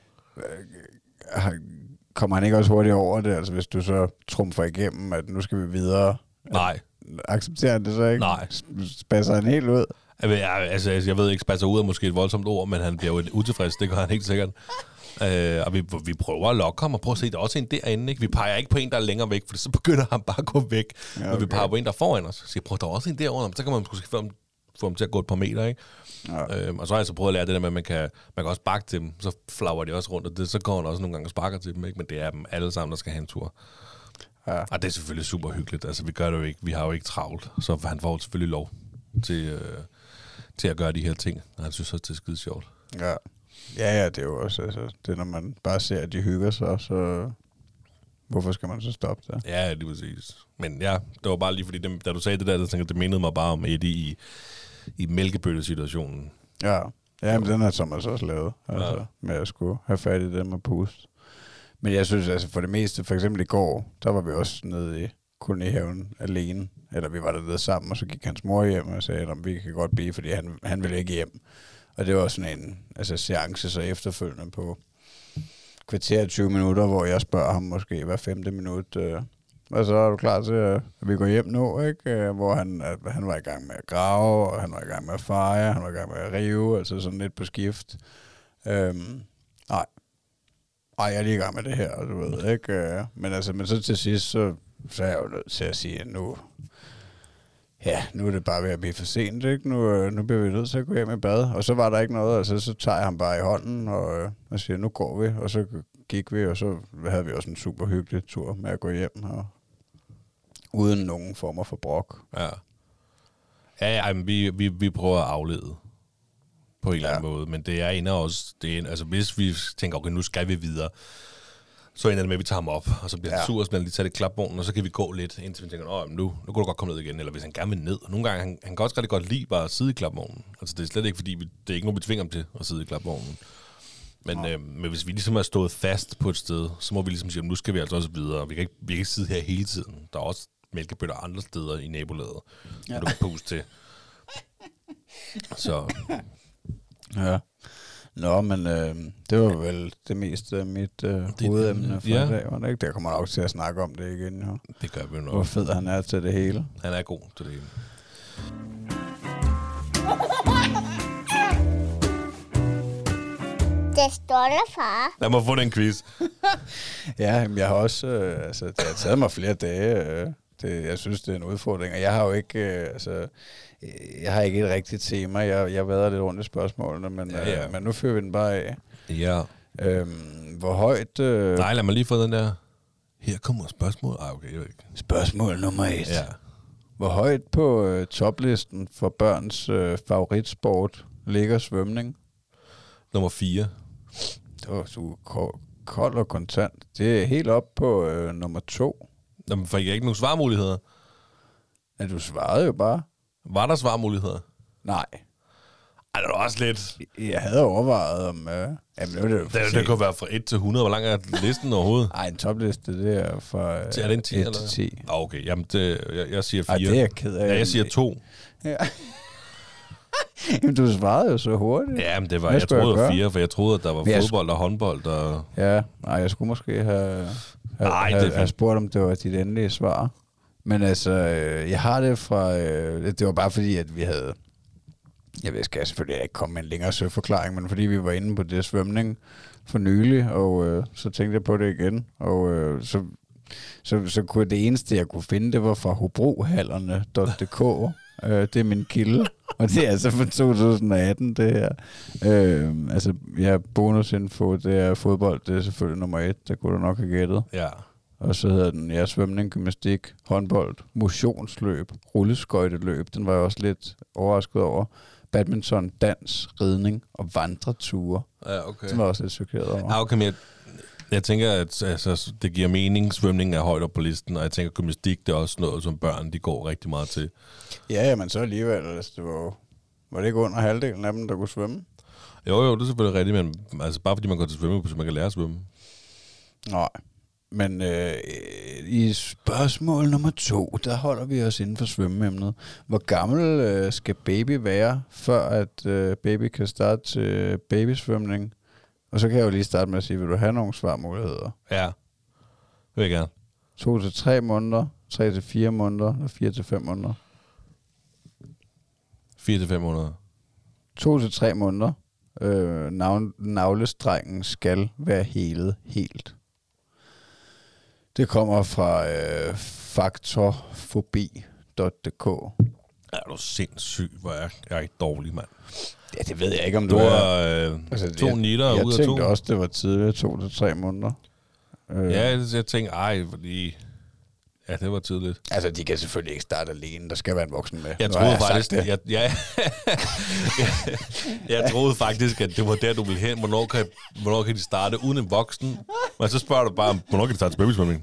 kommer han ikke også hurtigt over det, altså hvis du så trumfer igennem, at nu skal vi videre? Nej. Accepterer han det så ikke? Nej. Spasser han helt ud? Jeg ved ikke, spasser ud er måske et voldsomt ord, men han bliver jo utilfreds, det gør han helt sikkert. Og vi prøver at lokke ham og prøve at se, der er også en derinde, ikke? Vi peger ikke på en, der er længere væk, for så begynder han bare at gå væk. Ja, okay. Men vi peger på en, der er foran os. Så prøv, der er også en derovre, så kan man måske få ham til at gå et par meter, ikke? Ja. Og så har jeg så prøvet at lære det der med, at man kan også bakke til dem, så flagrer de også rundt, og så går han også nogle gange og sparker til dem, ikke? Men det er dem alle sammen, der skal have en tur. Ja. Og det er selvfølgelig super hyggeligt. Altså, vi gør det jo ikke. Vi har jo ikke travlt, så han får selvfølgelig lov til at gøre de her ting. Og han synes også, det er skide sjovt. Ja, det er jo også, altså, det når man bare ser, at de hygger sig, så hvorfor skal man så stoppe der? Ja, det er præcis. Men ja, det var bare lige fordi, da du sagde det der, så tænkte jeg, det mindede mig bare om Eddie i mælkebøttesituationen. Ja, men den har Thomas også lavet, altså, med at skulle have fat i dem og puste. Men jeg synes, altså for det meste, for eksempel i går, der var vi også nede i kolonihaven alene, eller vi var dernede sammen, og så gik hans mor hjem og sagde, at vi kan godt blive, fordi han ville ikke hjem. Og det var sådan en seance så efterfølgende på kvarter 20 minutter, hvor jeg spørger ham måske hver 5. minut, og så er du klar til, at vi går hjem nu, ikke? Hvor han var i gang med at grave, og han var i gang med at feje, han var i gang med at rive, altså sådan lidt på skift. Nej, jeg er lige i gang med det her, du ved, ikke? Men så til sidst, så er jeg jo nødt til at sige, at nu er det bare ved at blive for sent, ikke? Nu bliver vi nødt til at gå hjem i bad. Og så var der ikke noget, altså så tager jeg ham bare i hånden og siger, nu går vi. Og så gik vi, og så havde vi også en super hyggelig tur med at gå hjem, og uden nogen former for brok. Ja, men vi prøver at aflede på en eller anden måde, men det er ender også, altså hvis vi tænker, okay, nu skal vi videre, så ender det med, at vi tager ham op, og så bliver det sur, så bliver han lige taget i klapvognen, og så kan vi gå lidt, indtil vi tænker, nu kunne du godt komme ned igen, eller hvis han gerne vil ned. Nogle gange, han kan også rigtig godt lide bare at sidde i klapvognen. Altså det er slet ikke, fordi det er ikke noget, vi tvinger ham til at sidde i klapvognen. Men hvis vi ligesom er stået fast på et sted, så må vi ligesom sige, nu skal vi altså også videre, og vi kan ikke sidde her hele tiden. Der er også mælkebøtter andre steder i nabolaget, du kan puste til. Så. Ja. Nå, men det var vel det meste af mit hovedemne for i dag, var det ikke? Der kommer nok til at snakke om det igen, jo. Det gør vi nok. Hvor fed han er til det hele. Han er god til det hele. Det stolte far. Lad mig få den quiz. Ja, men jeg har også, det har taget mig flere dage. Jeg synes, det er en udfordring, og jeg har jo ikke, jeg har ikke et rigtigt tema. Jeg vader lidt rundt i spørgsmålene, men nu fører vi den bare af. Ja. Hvor højt... Nej, lad mig lige få den der. Her kommer spørgsmål. Okay, jeg ved ikke. Spørgsmål nummer 1. Ja. Hvor højt på toplisten for børns favoritsport ligger svømning? Nummer 4. Det var kold og kontant. Det er helt op på nummer 2. Jamen, fik jeg ikke nogen svarmuligheder? Ja, du svarede jo bare. Var der svarmuligheder? Nej. Ej, det var også lidt. Jeg havde overvejet om... det kunne være fra 1 til 100. Hvor lang er listen overhovedet? Nej, en topliste, det er fra er det en 10, 1 eller? til 10. Okay, jamen jeg siger 4. Ej, det er jeg ked af. Ja, jeg siger 2. Ja. Jamen, du svarede jo så hurtigt. Ja, men det var, jeg troede, det var 4, for jeg troede, at der var fodbold og håndbold. Og... Ja, nej, jeg skulle måske have spurgt, om det var dit endelige svar. Men altså, jeg har det fra... det var bare fordi, at vi havde... Jeg skal selvfølgelig ikke komme med en længere søforklaring, men fordi vi var inde på det svømning for nylig, og så tænkte jeg på det igen. Og så kunne det eneste, jeg kunne finde, det var fra hobrohallerne.dk. Det er min kilde, og det er altså fra 2018, det her. Bonusinfo, det er fodbold, det er selvfølgelig nummer 1, det kunne du nok have gættet. Ja. Og så hedder den, svømning, gymnastik, håndbold, motionsløb, rulleskøjteløb, den var jeg også lidt overrasket over. Badminton, dans, ridning og vandreture. Ja, okay. Den var også lidt chokeret over. Ja, okay, men jeg tænker, at det giver mening, svømning er højt op på listen, og jeg tænker, gymnastik, det er også noget, som børn, de går rigtig meget til. Ja, men så alligevel, det var det ikke under halvdelen af dem, der kunne svømme? Jo, det er selvfølgelig rigtigt, men altså bare fordi man går til svømme, så man kan lære at svømme. Nej. Men i spørgsmål nummer 2, der holder vi os inden for svømmeemnet. Hvor gammel skal baby være, før at baby kan starte til babysvømning? Og så kan jeg jo lige starte med at sige, vil du have nogle svarmuligheder? Ja, det vil jeg gerne. 2 til 3 måneder, 3 til 4 måneder og 4 til 5 måneder? 4 til 5 måneder. 2 til 3 måneder. Navlestrengen skal være helet helt. Det kommer fra faktorfobi.dk. Er du sindssyg, hvor jeg er ikke dårlig, mand. Ja, det ved jeg ikke, om du er. 2 nitter ud af 2. Jeg tænkte også, det var tidligere 2 til 3 måneder. Ja, jeg tænkte, fordi... Ja, det var tidligt. Altså, de kan selvfølgelig ikke starte alene. Der skal være en voksen med. Jeg troede faktisk, jeg troede faktisk, at det var der, du ville hen. Hvornår kan de starte uden en voksen? Men så spørger du bare, hvornår kan de starte til babysvømning?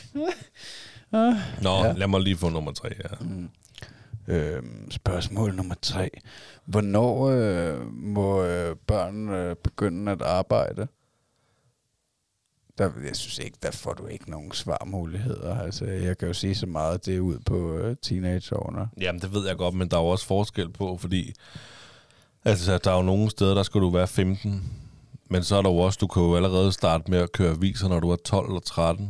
Lad mig lige få nummer 3, ja. Spørgsmål nummer 3. Hvornår må børn begynde at arbejde? Jeg synes ikke, der får du ikke nogen svarmuligheder. Altså, jeg kan jo sige så meget, det er ud på teenageårene. Jamen, det ved jeg godt, men der er jo også forskel på, fordi altså, der er jo nogle steder, der skal du være 15, men så er der jo også, du kan jo allerede starte med at køre aviser, når du er 12 eller 13.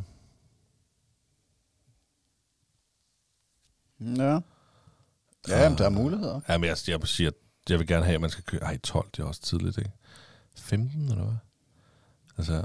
Ja. Ja, jamen, der er muligheder. Jamen, jeg siger, jeg vil gerne have, at man skal køre... Ej, 12, det er også tidligt, ikke? 15, eller hvad? Altså...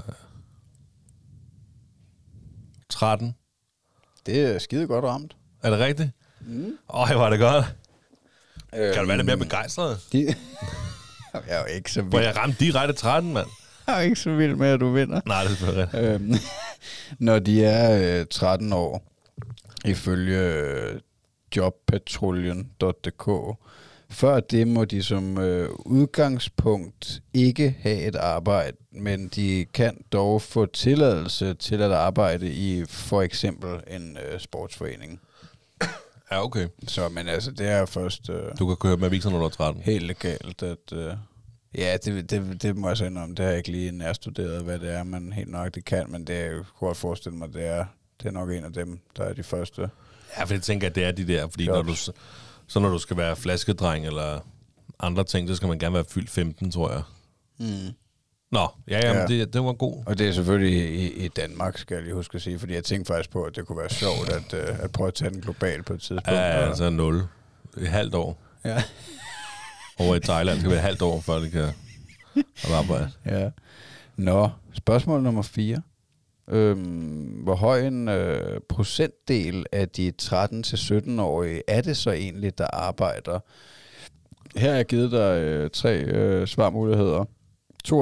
13. Det er skide godt ramt. Er det rigtigt? Var det godt. Kan du være lidt mere begejstret? Jeg er jo ikke så vild. Hvor jeg ramte direkte 13, mand. Jeg er jo ikke så vild med, at du vinder. Nej, det er selvfølgelig rigtigt. Når de er 13 år, ifølge jobpatruljen.dk, før det må de som udgangspunkt ikke have et arbejde, men de kan dog få tilladelse til at arbejde i for eksempel en sportsforening. Ja, okay. Så, men altså, det er først... du kan køre med aviser, når du er 13. Helt legalt, at... ja, det må jeg så indrømme. Det har jeg ikke lige nærstuderet, hvad det er, man helt nok det kan, men det kunne jeg forestille mig, det er Det er nok en af dem, der er de første. Ja, for jeg tænker, at det er de der, fordi når du skal være flaskedreng eller andre ting, så skal man gerne være fyldt 15, tror jeg. Nå, ja. Det var god. Og det er selvfølgelig i Danmark, skal jeg lige huske at sige, fordi jeg tænkte faktisk på, at det kunne være sjovt at prøve at tage den global på et tidspunkt. Ja, altså 0. Et halvt år. Ja. Over i Thailand skal det være et halvt år, før det kan arbejde. Ja. Nå, spørgsmål nummer 4. Hvor høj en procentdel af de 13-17-årige er det så egentlig, der arbejder? Her har jeg givet dig 3 svarmuligheder. 22,4%,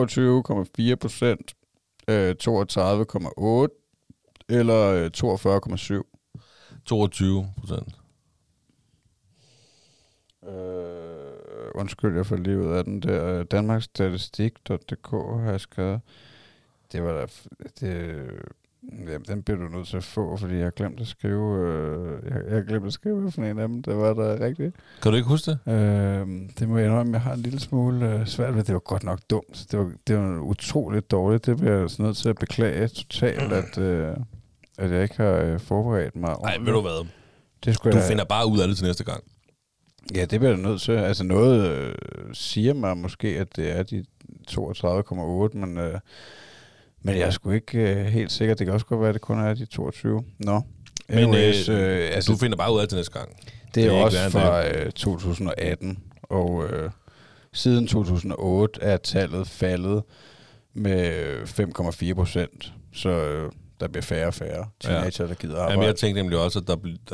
32,8% eller 42,7%. 22%. Undskyld, jeg får lige ud af den der. Danmarksstatistik.dk har jeg skrevet. Det var den bliver du nødt til at få, fordi jeg har glemt at skrive. Jeg har glemt at skrive for en af dem. Det var der rigtigt. Kan du ikke huske det? Det må jeg indrømme, jeg har en lille smule svært ved. Det var godt nok dumt. Det var utroligt dårligt. Det bliver jeg altså nødt til at beklage totalt, at jeg ikke har forberedt mig. Nej, ved du hvad? Du finder bare ud af det til næste gang. Ja, det bliver jeg nødt til. Altså noget siger mig måske, at det er de 32,8, men jeg er sgu ikke helt sikker. Det kan også godt være, at det kun er de 22. Nå. Men altså, du finder bare ud af det til næste gang. Det er også fra 2018, og siden 2008 er tallet faldet med 5,4%. Så der bliver færre og færre teenager, der gider arbejde. Jamen, jeg tænkte nemlig også, at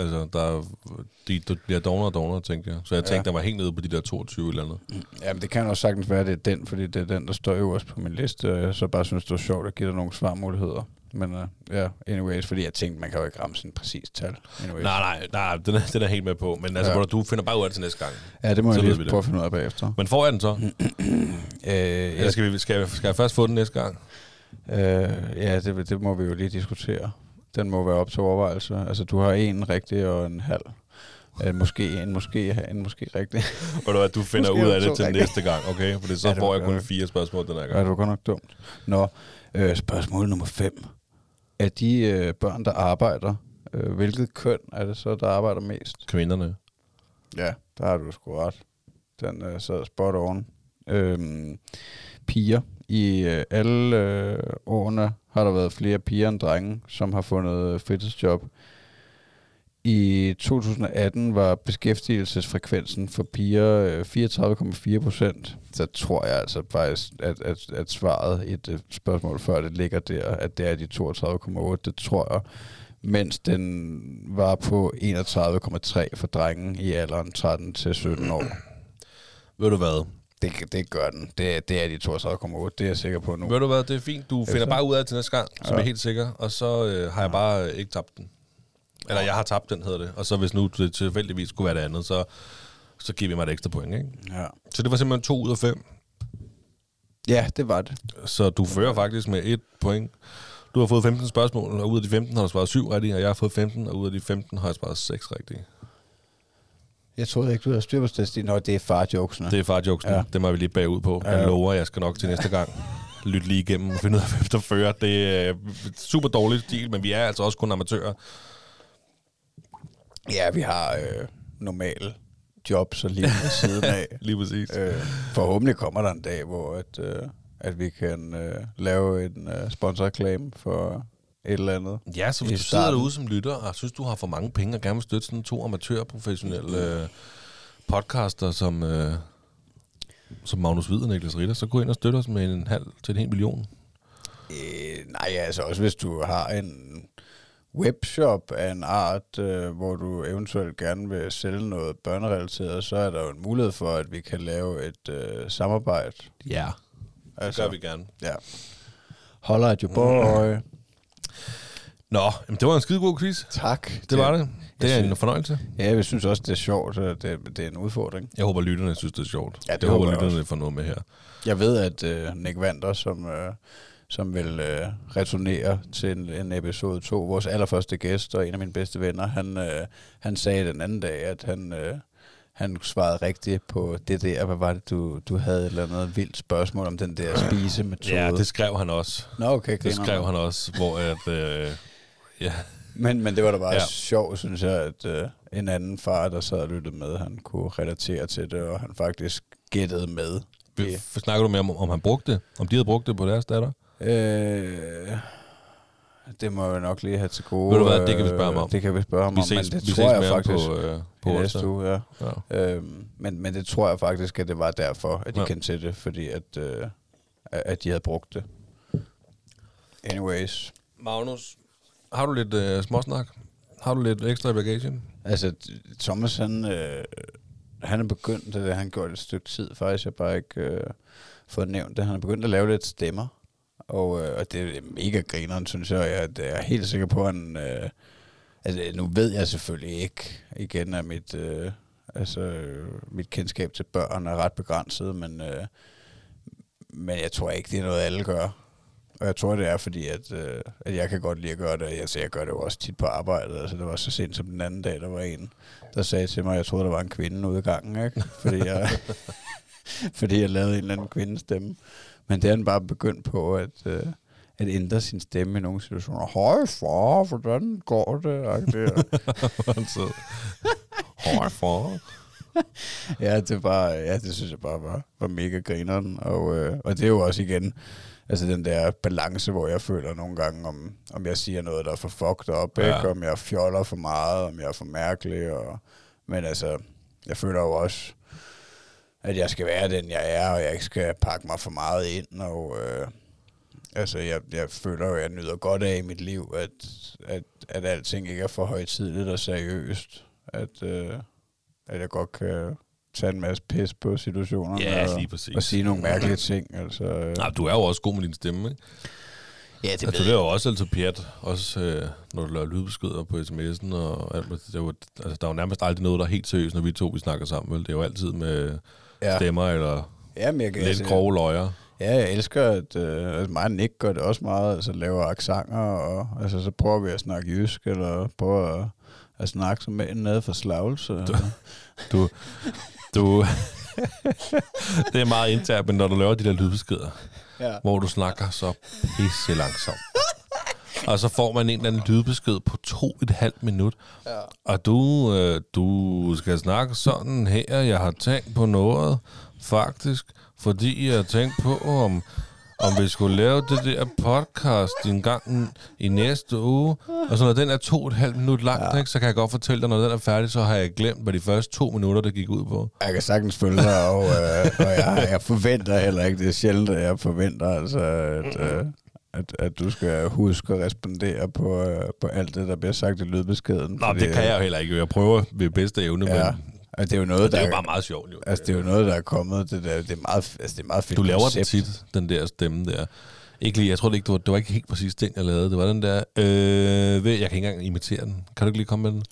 de bliver dognere, tænkte jeg. Så jeg tænkte, der var helt nede på de der 22 eller andet. Jamen, det kan også sagtens være, det er den, fordi det er den, der står øverst på min liste, og jeg så bare synes, det var sjovt at give dig nogle svarmuligheder. Men anyways, fordi jeg tænkte, man kan jo ikke ramme sådan en præcis tal. Anyways. Nej, den er helt med på. Men altså, du finder bare ud af det til næste gang. Ja, det må jeg lige prøve at finde ud af bagefter. Men får jeg den så? Eller skal jeg først få den næste gang? Ja, det må vi jo lige diskutere. Den må være op til overvejelse. Altså, du har en rigtig og en halv. En måske rigtig. Og du finder ud af det til næste gang, okay? For så får jeg kun 4 spørgsmål den her gang. Ja, det var godt nok dumt. Nå, spørgsmål nummer 5. Af de børn, der arbejder, hvilket køn er det så, der arbejder mest? Kvinderne. Ja, der har du sgu ret. Den sad spot on. Piger. I alle årene har der været flere piger end drenge, som har fundet fritidsjob. I 2018 var beskæftigelsesfrekvensen for piger 34,4%. Så tror jeg altså faktisk, at svaret i et spørgsmål før det ligger der, at det er de 32,8%. Det tror jeg. Mens den var på 31,3% for drengen i alderen 13 til 17 år. Ved du hvad? Det gør den. Det er de 32,8. Det er jeg sikker på nu. Ved du hvad, det er fint. Du finder bare ud af det til næste gang, som jeg er helt sikker. Og så har jeg bare ikke tabt den. Eller jeg har tabt den, hedder det. Og så hvis nu det tilfældigvis skulle være det andet, så giver vi mig et ekstra point, ikke? Ja. Så det var simpelthen 2 ud af 5. Ja, det var det. Så du fører faktisk med 1 point. Du har fået 15 spørgsmål, og ud af de 15 har du svaret 7 rigtige, og jeg har fået 15, og ud af de 15 har jeg svaret 6 rigtige. Jeg troede ikke, du havde styr på statistikken. Nå, det er far-jokesene. Det er far-jokesene. Ja. Det må vi lige bagud på. Jeg lover, jeg skal nok til næste gang lytte lige igennem og finde ud af, hvem der fører. Det er super dårlig stil, men vi er altså også kun amatører. Ja, vi har normale jobs og lige ved siden af. Lige præcis. Forhåbentlig kommer der en dag, hvor at vi kan lave en sponsorreklame for et eller andet. Ja, så hvis du sidder derude som lytter, og synes, du har for mange penge, og gerne vil støtte sådan 2 amatørprofessionelle podcaster, som Magnus Hvid og Niklas Ritter, så gå ind og støtte os med 0,5 til 1 million. Nej, altså også hvis du har en webshop af en art, hvor du eventuelt gerne vil sælge noget børnerelateret, så er der jo en mulighed for, at vi kan lave et samarbejde. Ja, altså, det gør vi gerne. Ja. Holder at jo boy. Nå, det var en skide god quiz. Tak. Det var det. Det er en fornøjelse. Ja, jeg synes også, det er sjovt. Det er en udfordring. Jeg håber, lytterne synes, det er sjovt. Ja, det jeg håber, lytterne får noget med her. Jeg ved, at Nick Vander, som vil returnere til en episode 2, vores allerførste gæst og en af mine bedste venner, han sagde den anden dag, at han svarede rigtigt på det der. Hvad var det, du havde et eller andet vildt spørgsmål om den der spisemetode? Ja, det skrev han også. Nå, okay. Det skrev han også, hvor at... Men det var da bare sjovt, synes jeg, at en anden far, der sad og lyttede med, han kunne relatere til det, og han faktisk gættede med. Snakker du med om han brugte det? Om de havde brugt det på deres datter? Det må jeg nok lige have til gode. Ved du hvad, det kan vi spørge ham om. Det kan vi spørge ham om, men det tror jeg faktisk på næste uge, ja. Men det tror jeg faktisk, at det var derfor, at de kendte til det, fordi at de havde brugt det. Anyways. Magnus, har du lidt småsnak? Har du lidt ekstra i bagagen? Altså, Thomas, han er begyndt, det han gjort et stykke tid, faktisk, jeg bare ikke fået nævnt det. Han er begyndt at lave lidt stemmer, og det er mega grineren, synes jeg. Jeg er helt sikker på, at han... altså, nu ved jeg selvfølgelig ikke igen, at mit kendskab til børn er ret begrænset, men jeg tror ikke, det er noget, alle gør. Og jeg tror, det er fordi, at jeg kan godt lide at gøre det. Altså, jeg gør det jo også tit på arbejdet. Altså, det var så sent som den anden dag, der var en, der sagde til mig, at jeg troede, der var en kvinde ude i gangen, ikke? Fordi jeg lavede en eller anden kvindestemme. Men det er han bare begyndt på, at ændre sin stemme i nogle situationer. Høj far, hvordan går det? Høj far. Ja, det synes jeg bare var mega grineren. Og det er jo også igen... Altså den der balance, hvor jeg føler nogle gange, om jeg siger noget, der er for fucked up, ikke? Om jeg fjoller for meget, om jeg er for mærkelig. Men altså, jeg føler jo også, at jeg skal være den, jeg er, og jeg ikke skal pakke mig for meget ind. Og altså, jeg føler jo, at jeg nyder godt af i mit liv, at alting ikke er for højtideligt og seriøst. At jeg godt kan... tage en masse pis på situationer og sige nogle mærkelige ting. Altså, Nej, du er jo også god med din stemme, ikke? Ja, det altså, det er jo også altid pjat, også når du laver lydbeskeder på sms'en og alt. Der er jo nærmest aldrig noget, der er helt seriøst, når vi snakker sammen. Vel? Det er jo altid med stemmer eller lidt grove løjer. Ja, jeg elsker, at mig og Nick gør det også meget, altså laver accenter, og altså, så prøver vi at snakke jysk, eller prøver at snakke som en nede for Slagelse. Du det er meget internt, men når du laver de der lydbeskeder, hvor du snakker så pisse langsomt, og så får man en eller anden lydbesked på 2,5 minut, og du skal snakke sådan her, jeg har tænkt på noget, faktisk, fordi jeg har tænkt på, om vi skulle lave det der podcast en gang i næste uge. Og så når den er 2,5 minutter lang, så kan jeg godt fortælle dig, når den er færdig, så har jeg glemt, hvad de første 2 minutter, der gik ud på. Jeg kan sagtens følge dig, og jeg forventer heller ikke, det er sjældent, at jeg forventer, altså, at du skal huske at respondere på alt det, der bliver sagt i lydbeskeden. Nå, det kan jeg jo heller ikke. Jeg prøver ved bedste evne, men... Altså, det er jo noget, det er jo bare meget sjovt, jo. Altså, det er jo noget, der er kommet. Det er meget fedt. Du laver koncept. Den tit, den der stemme der. Ikke lige, jeg tror det var ikke helt præcis den, jeg lavede. Det var den der... jeg kan ikke engang imitere den. Kan du ikke lige komme med den?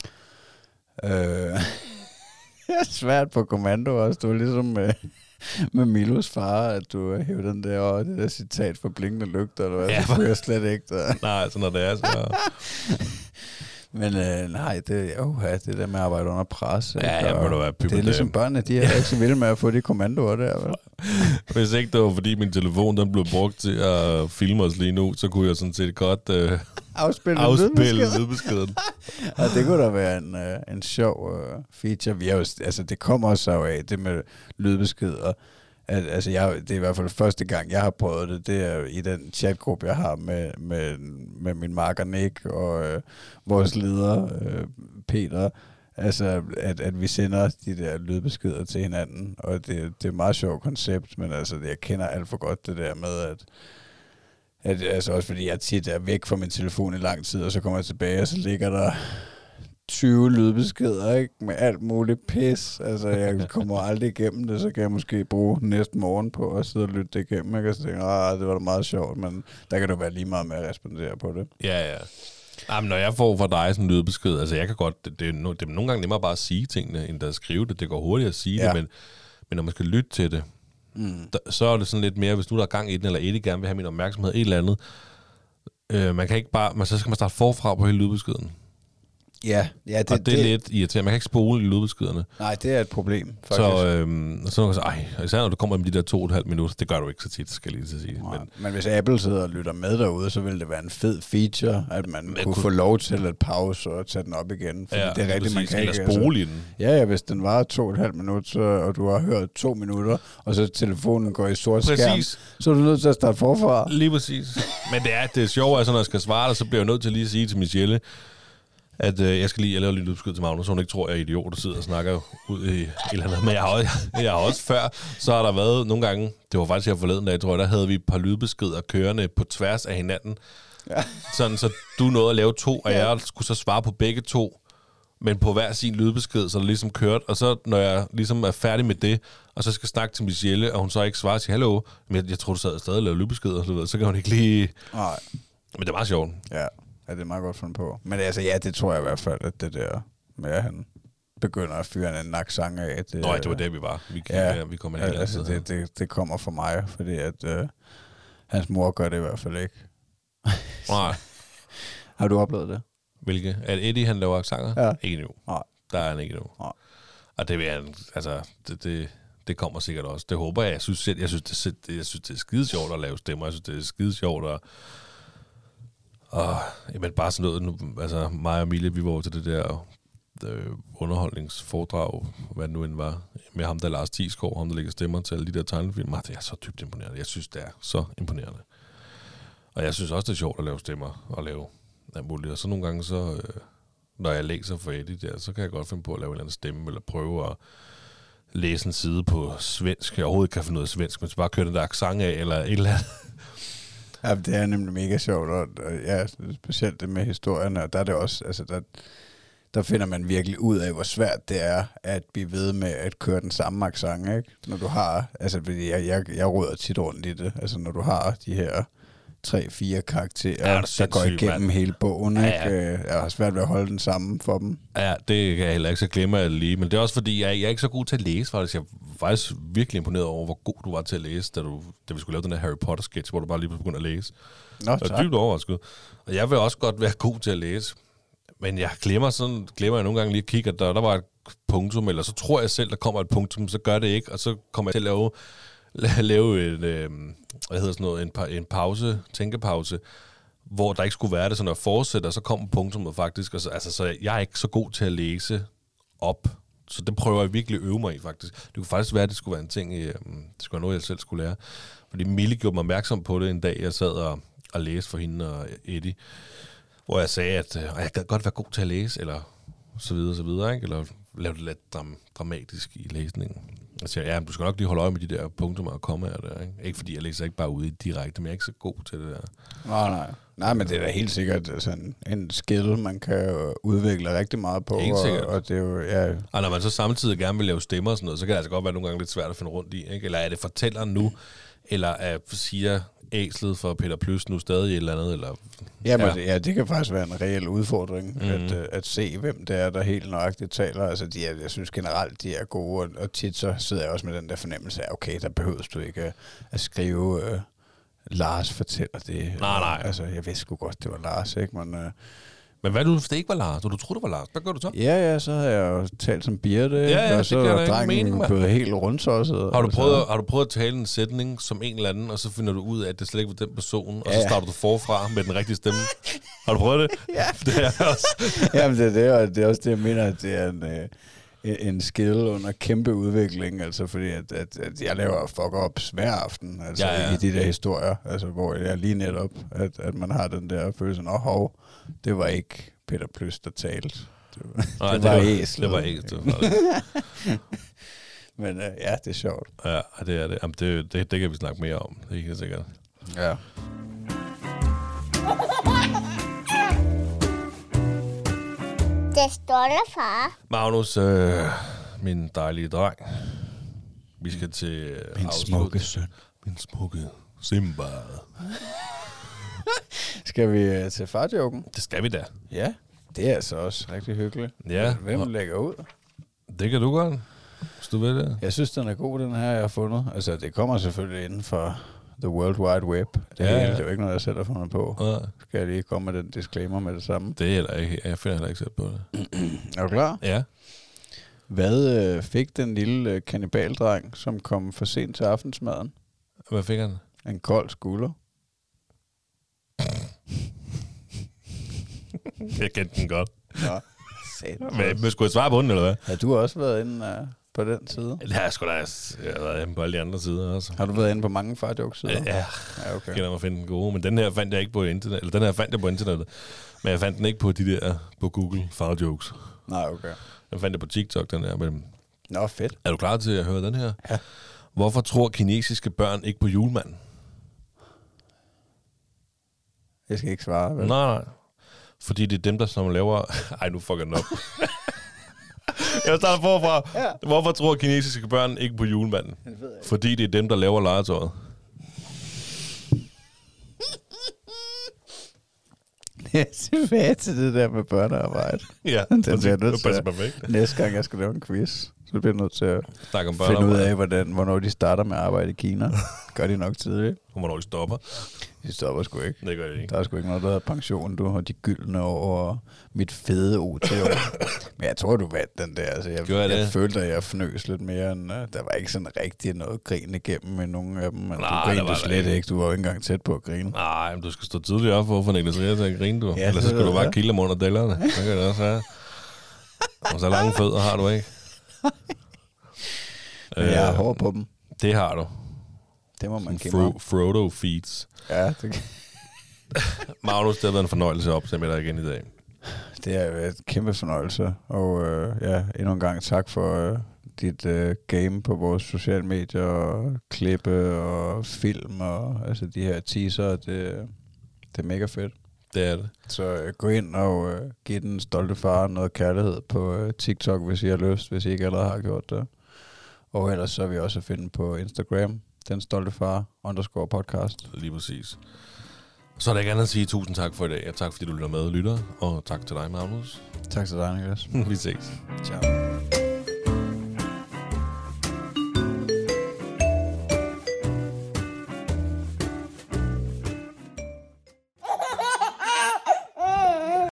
Det er svært på kommando også. Du er ligesom med Milos far, at du hæver den der, det der citat for blinkende lygter, eller hvad? Det kunne jeg slet ikke. Nej, altså når det er så... Men nej, det der med at arbejde under pres. Ja, må du være det er ligesom børnene, de er ikke så vilde med at få de kommandoer der. Vel? Hvis ikke det var, fordi min telefon den blev brugt til at filme os lige nu, så kunne jeg sådan set godt afspille lydbeskeden. Og det kunne da være en sjov feature. Vi er jo, altså, det kommer også af det med lydbeskeder. Altså, det er i hvert fald første gang, jeg har prøvet det. Det er i den chatgruppe, jeg har med min makker Nick og vores leder Peter. Altså, at vi sender de der lydbeskeder til hinanden. Og det er et meget sjovt koncept, men altså, jeg kender alt for godt det der med, at altså også fordi jeg tit er væk fra min telefon i lang tid, og så kommer jeg tilbage, og så ligger der 20 lydbeskeder, ikke? Med alt muligt pis. Altså, jeg kommer aldrig igennem det, så kan jeg måske bruge næste morgen på at sidde og lytte det igennem, ikke? Og så tænker jeg, det var da meget sjovt, men der kan du være lige meget med at respondere på det. Ja. Jamen, når jeg får fra dig sådan en lydbesked, altså jeg kan godt, det er nogle gange nemmere bare at sige tingene, end at skrive det. Det går hurtigt at sige det, men når man skal lytte til det, så er det sådan lidt mere, hvis nu der er gang i den, eller Eddie gerne vil have min opmærksomhed, et eller andet. Man kan ikke bare, så skal man starte forfra på hele lydbeskeden. Ja, og det er lidt irriterende. Man kan ikke spole i lydbeskederne. Nej, det er et problem, faktisk. Så kan man sige, især når du kommer med de der 2,5 minutter, det gør du ikke så tit, skal jeg lige sige. Men hvis Apple sidder og lytter med derude, så ville det være en fed feature, at man kunne få lov til at pause og tage den op igen. Fordi det er rigtigt, man kan ikke. Eller spole i den. Ja, hvis den var 2,5 minutter, og du har hørt 2 minutter, og så telefonen går i sort skærm, så er du nødt til at starte forfra. Lige præcis. Men det er sjovt, altså når jeg skal svare dig, så bliver jeg nødt til lige at sige til Michelle, at jeg skal lige lave lidt udbesked til Magnus, så hun ikke tror, jeg er idiot, der sidder og snakker ud i et eller andet. Men jeg har også før, så har der været nogle gange, det var faktisk her forleden dag, tror jeg, der havde vi et par lydbeskeder kørende på tværs af hinanden. Ja. Sådan, så du nåede at lave 2, og jeg skulle så svare på begge 2, men på hver sin lydbesked, så det ligesom kørt. Og så, når jeg ligesom er færdig med det, og så skal snakke til Michelle, og hun så ikke svarer og siger, hallo, men jeg tror, du sad stadig og lavede lydbeskeder, så kan hun ikke lige... Nej. Men det er meget sjovt. Ja. Ja, det er meget godt fundet på. Men altså, ja, det tror jeg i hvert fald, at det der med, at han begynder at fyre en naksang af. Det var der, vi var. Vi kom altså, det kommer fra mig, fordi at hans mor gør det i hvert fald ikke. Nej. Har du oplevet det? Hvilke? Er Eddie, han laver aksanger? Ja. Ikke nu. Nej. Der er han ikke nu. Nej. Og det vil jeg, altså, det kommer sikkert også. Det håber jeg. Jeg synes, det er skide sjovt at lave stemmer. Jeg synes, det er skide sjovt at... Og jamen, bare sådan noget, nu, altså mig og Emilie, vi var over til det der underholdningsforedrag, hvad det nu end var, med ham der Lars Thiesgaard, ham der lægger stemmer til alle de der tegnefilmer. Det er så dybt imponerende. Jeg synes, det er så imponerende. Og jeg synes også, det er sjovt at lave stemmer og lave alt muligt. Og så nogle gange, så, når jeg læser for Eddie der, så kan jeg godt finde på at lave en eller anden stemme, eller prøve at læse en side på svensk. Jeg overhovedet ikke kan finde noget svensk, men så bare køre den der accent af, eller et eller andet. Ja, det er nemlig mega sjovt, og ja, specielt det med historierne, og der er det også, altså der finder man virkelig ud af, hvor svært det er at blive ved med at køre den samme accent, ikke? Når du har, altså jeg råder tit rundt i det, altså når du har de her 3-4 karakterer, der går igennem hele bogen, ikke? Jeg har svært ved at holde den samme for dem. Ja, det kan jeg heller ikke, så glemmer jeg det lige, men det er også fordi, jeg er ikke så god til at læse, faktisk. Jeg er faktisk virkelig imponeret over, hvor god du var til at læse, da vi skulle lave den der Harry Potter-sketch, hvor du bare lige begyndte at læse. Nå, tak. Jeg er dybt overrasket. Og jeg vil også godt være god til at læse, men jeg glemmer jeg nogle gange lige at kigge, at der var et punktum, eller så tror jeg selv, der kommer et punktum, så gør det ikke, og så kommer jeg til at lave en pause, tænkepause, hvor der ikke skulle være det, så når jeg fortsætter, så kommer punktummet faktisk, og så jeg er ikke så god til at læse op, så det prøver jeg virkelig at øve mig i, faktisk. Det kunne faktisk være, at det skulle være en ting, det skulle være noget, jeg selv skulle lære. Fordi Mille gjorde mig opmærksom på det en dag, jeg sad og læste for hende og Eddie, hvor jeg sagde, at jeg kan godt være god til at læse, eller så videre, ikke? Eller lave det lidt dramatisk i læsningen. Jeg siger, ja, du skal nok lige holde øje med de der punktummer og kommaer der, ikke? Ikke fordi jeg læser ikke bare ude direkte, men jeg er ikke så god til det der. Nej, men det er da helt sikkert sådan en skill, man kan udvikle rigtig meget på. Helt sikkert. Og det er jo, ja. Og når man så samtidig gerne vil lave stemmer og sådan noget, så kan det altså godt være nogle gange lidt svært at finde rundt i, ikke? Eller er det fortælleren nu, eller siger æslet for Peter Plys nu stadig et eller andet, eller... Ja, det kan faktisk være en reel udfordring, at se, hvem det er, der helt nøjagtigt taler. Altså, jeg synes generelt, de er gode, og tit så sidder jeg også med den der fornemmelse af, okay, der behøves du ikke at skrive, Lars fortæller det. Nej. Altså, jeg vidste sgu godt, det var Lars, ikke? Men hvad hvis det ikke var Lars, og du troede, det var Lars? Hvad gør du så? Ja, så har jeg jo talt som Birte, og så er drengen blevet helt rundt. Har du prøvet at tale en sætning som en eller anden, og så finder du ud af, at det slet ikke var den person, og så starter du forfra med den rigtige stemme? Har du prøvet det? Ja. Det er også. Jamen, det er det er også det, jeg mener, at det er en skill under kæmpe udvikling, altså fordi at jeg laver fuck-ups hver aften, altså i de der historier, altså hvor jeg lige netop, at man har den der følelse, det var ikke Peter Plys, der talte. Det var æslet. Det var æslet. Men ja, det er sjovt. Ja, det er det. Jamen, det kan vi snakke mere om, det er helt sikkert. Ja. Det står der, far. Magnus, min dejlige dreng. Vi skal til... Min smukke søn. Min smukke Simba. Skal vi til farjoken? Det skal vi da. Ja, det er altså også rigtig hyggeligt. Ja. Hvem lægger ud? Det kan du godt, hvis du ved det. Jeg synes, den er god, den her, jeg har fundet. Altså, det kommer selvfølgelig inden for the World Wide Web. Det er jo ikke noget, jeg selv har fundet på. Ja. Skal jeg lige komme med den disclaimer med det samme? Det er heller ikke. Jeg finder heller ikke selv på det. Er du klar? Ja. Hvad fik den lille kannibaldreng, som kom for sent til aftensmaden? Hvad fik han? En kold skulder. Jeg kendte den godt. Nå, Men skulle jeg svare på den, eller hvad? har du også været inde på den side? Det har jeg sgu da. Jeg har været inde på alle de andre sider også. Har du været inde på mange farjoke-sider? Ja, Ja, okay. jeg kender mig at finde den gode. Men den her fandt jeg ikke på internet. Eller den her fandt jeg på internettet. Men jeg fandt den ikke på de der på Google farjokes. Nej, okay. Den fandt jeg på TikTok, den her. Men Nå, fedt. er du klar til at høre den her? Ja. Hvorfor tror kinesiske børn ikke på julemanden? Jeg skal ikke svare, vel? Nej. Fordi det er dem, der som laver... Ej, nu fucker den op. Jeg starter forfra. Ja. Hvorfor tror kinesiske børn ikke på julemanden? Det ved jeg ikke. Fordi det er dem, der laver legetøjet. Jeg er tilbage til det der med børnearbejde. Ja, Den bliver jeg nødt det til passer at- perfekt. Næste gang, jeg skal lave en quiz, så bliver jeg nødt til at Snak om finde ud børnearbejde, af, hvornår de starter med at arbejde i Kina. Gør de nok tidligt? og hvornår de stopper. De stopper sgu ikke. Det gør det ikke. Der er sgu ikke noget, der hedder pension. Du har de gyldne over mit fede OT-år. Men jeg tror, du vandt den der. Altså, Gjorde jeg jeg det? følte, at jeg fnøs lidt mere end... der var ikke sådan rigtig noget grin igennem med nogen af dem. Men Nej, du der grinede var der slet ikke. ikke. Du var jo ikke engang tæt på at grine. Nej, men du skal stå tidligt op for at få Niklas Rea til at grine, du. Ja, Ellers så det skal du ved bare jeg. kilde dem under dellerne. Så kan det også være. Og så lange fødder har du ikke. Men jeg er hård på dem. Det har du. Det må man give mig. Frodo feeds. Ja, det, Magnus, det har været en fornøjelse at optage med dig igen i dag. det er jo et kæmpe fornøjelse. Og ja, endnu en gang tak for dit game på vores sociale medier, og klippe og film, og altså de her teaser, det er mega fedt. Det er det. Så gå ind og giv den stolte far noget kærlighed på TikTok, hvis I har lyst, hvis I ikke allerede har gjort det. Og ellers så er vi også at finde på Instagram, den stolte far _podcast. Lige præcis. Så er der ikke andet at sige tusind tak for i dag, og tak fordi du lytter med, lytter, og tak til dig, Magnus. Tak til dig, Niklas. Vi ses. Ciao.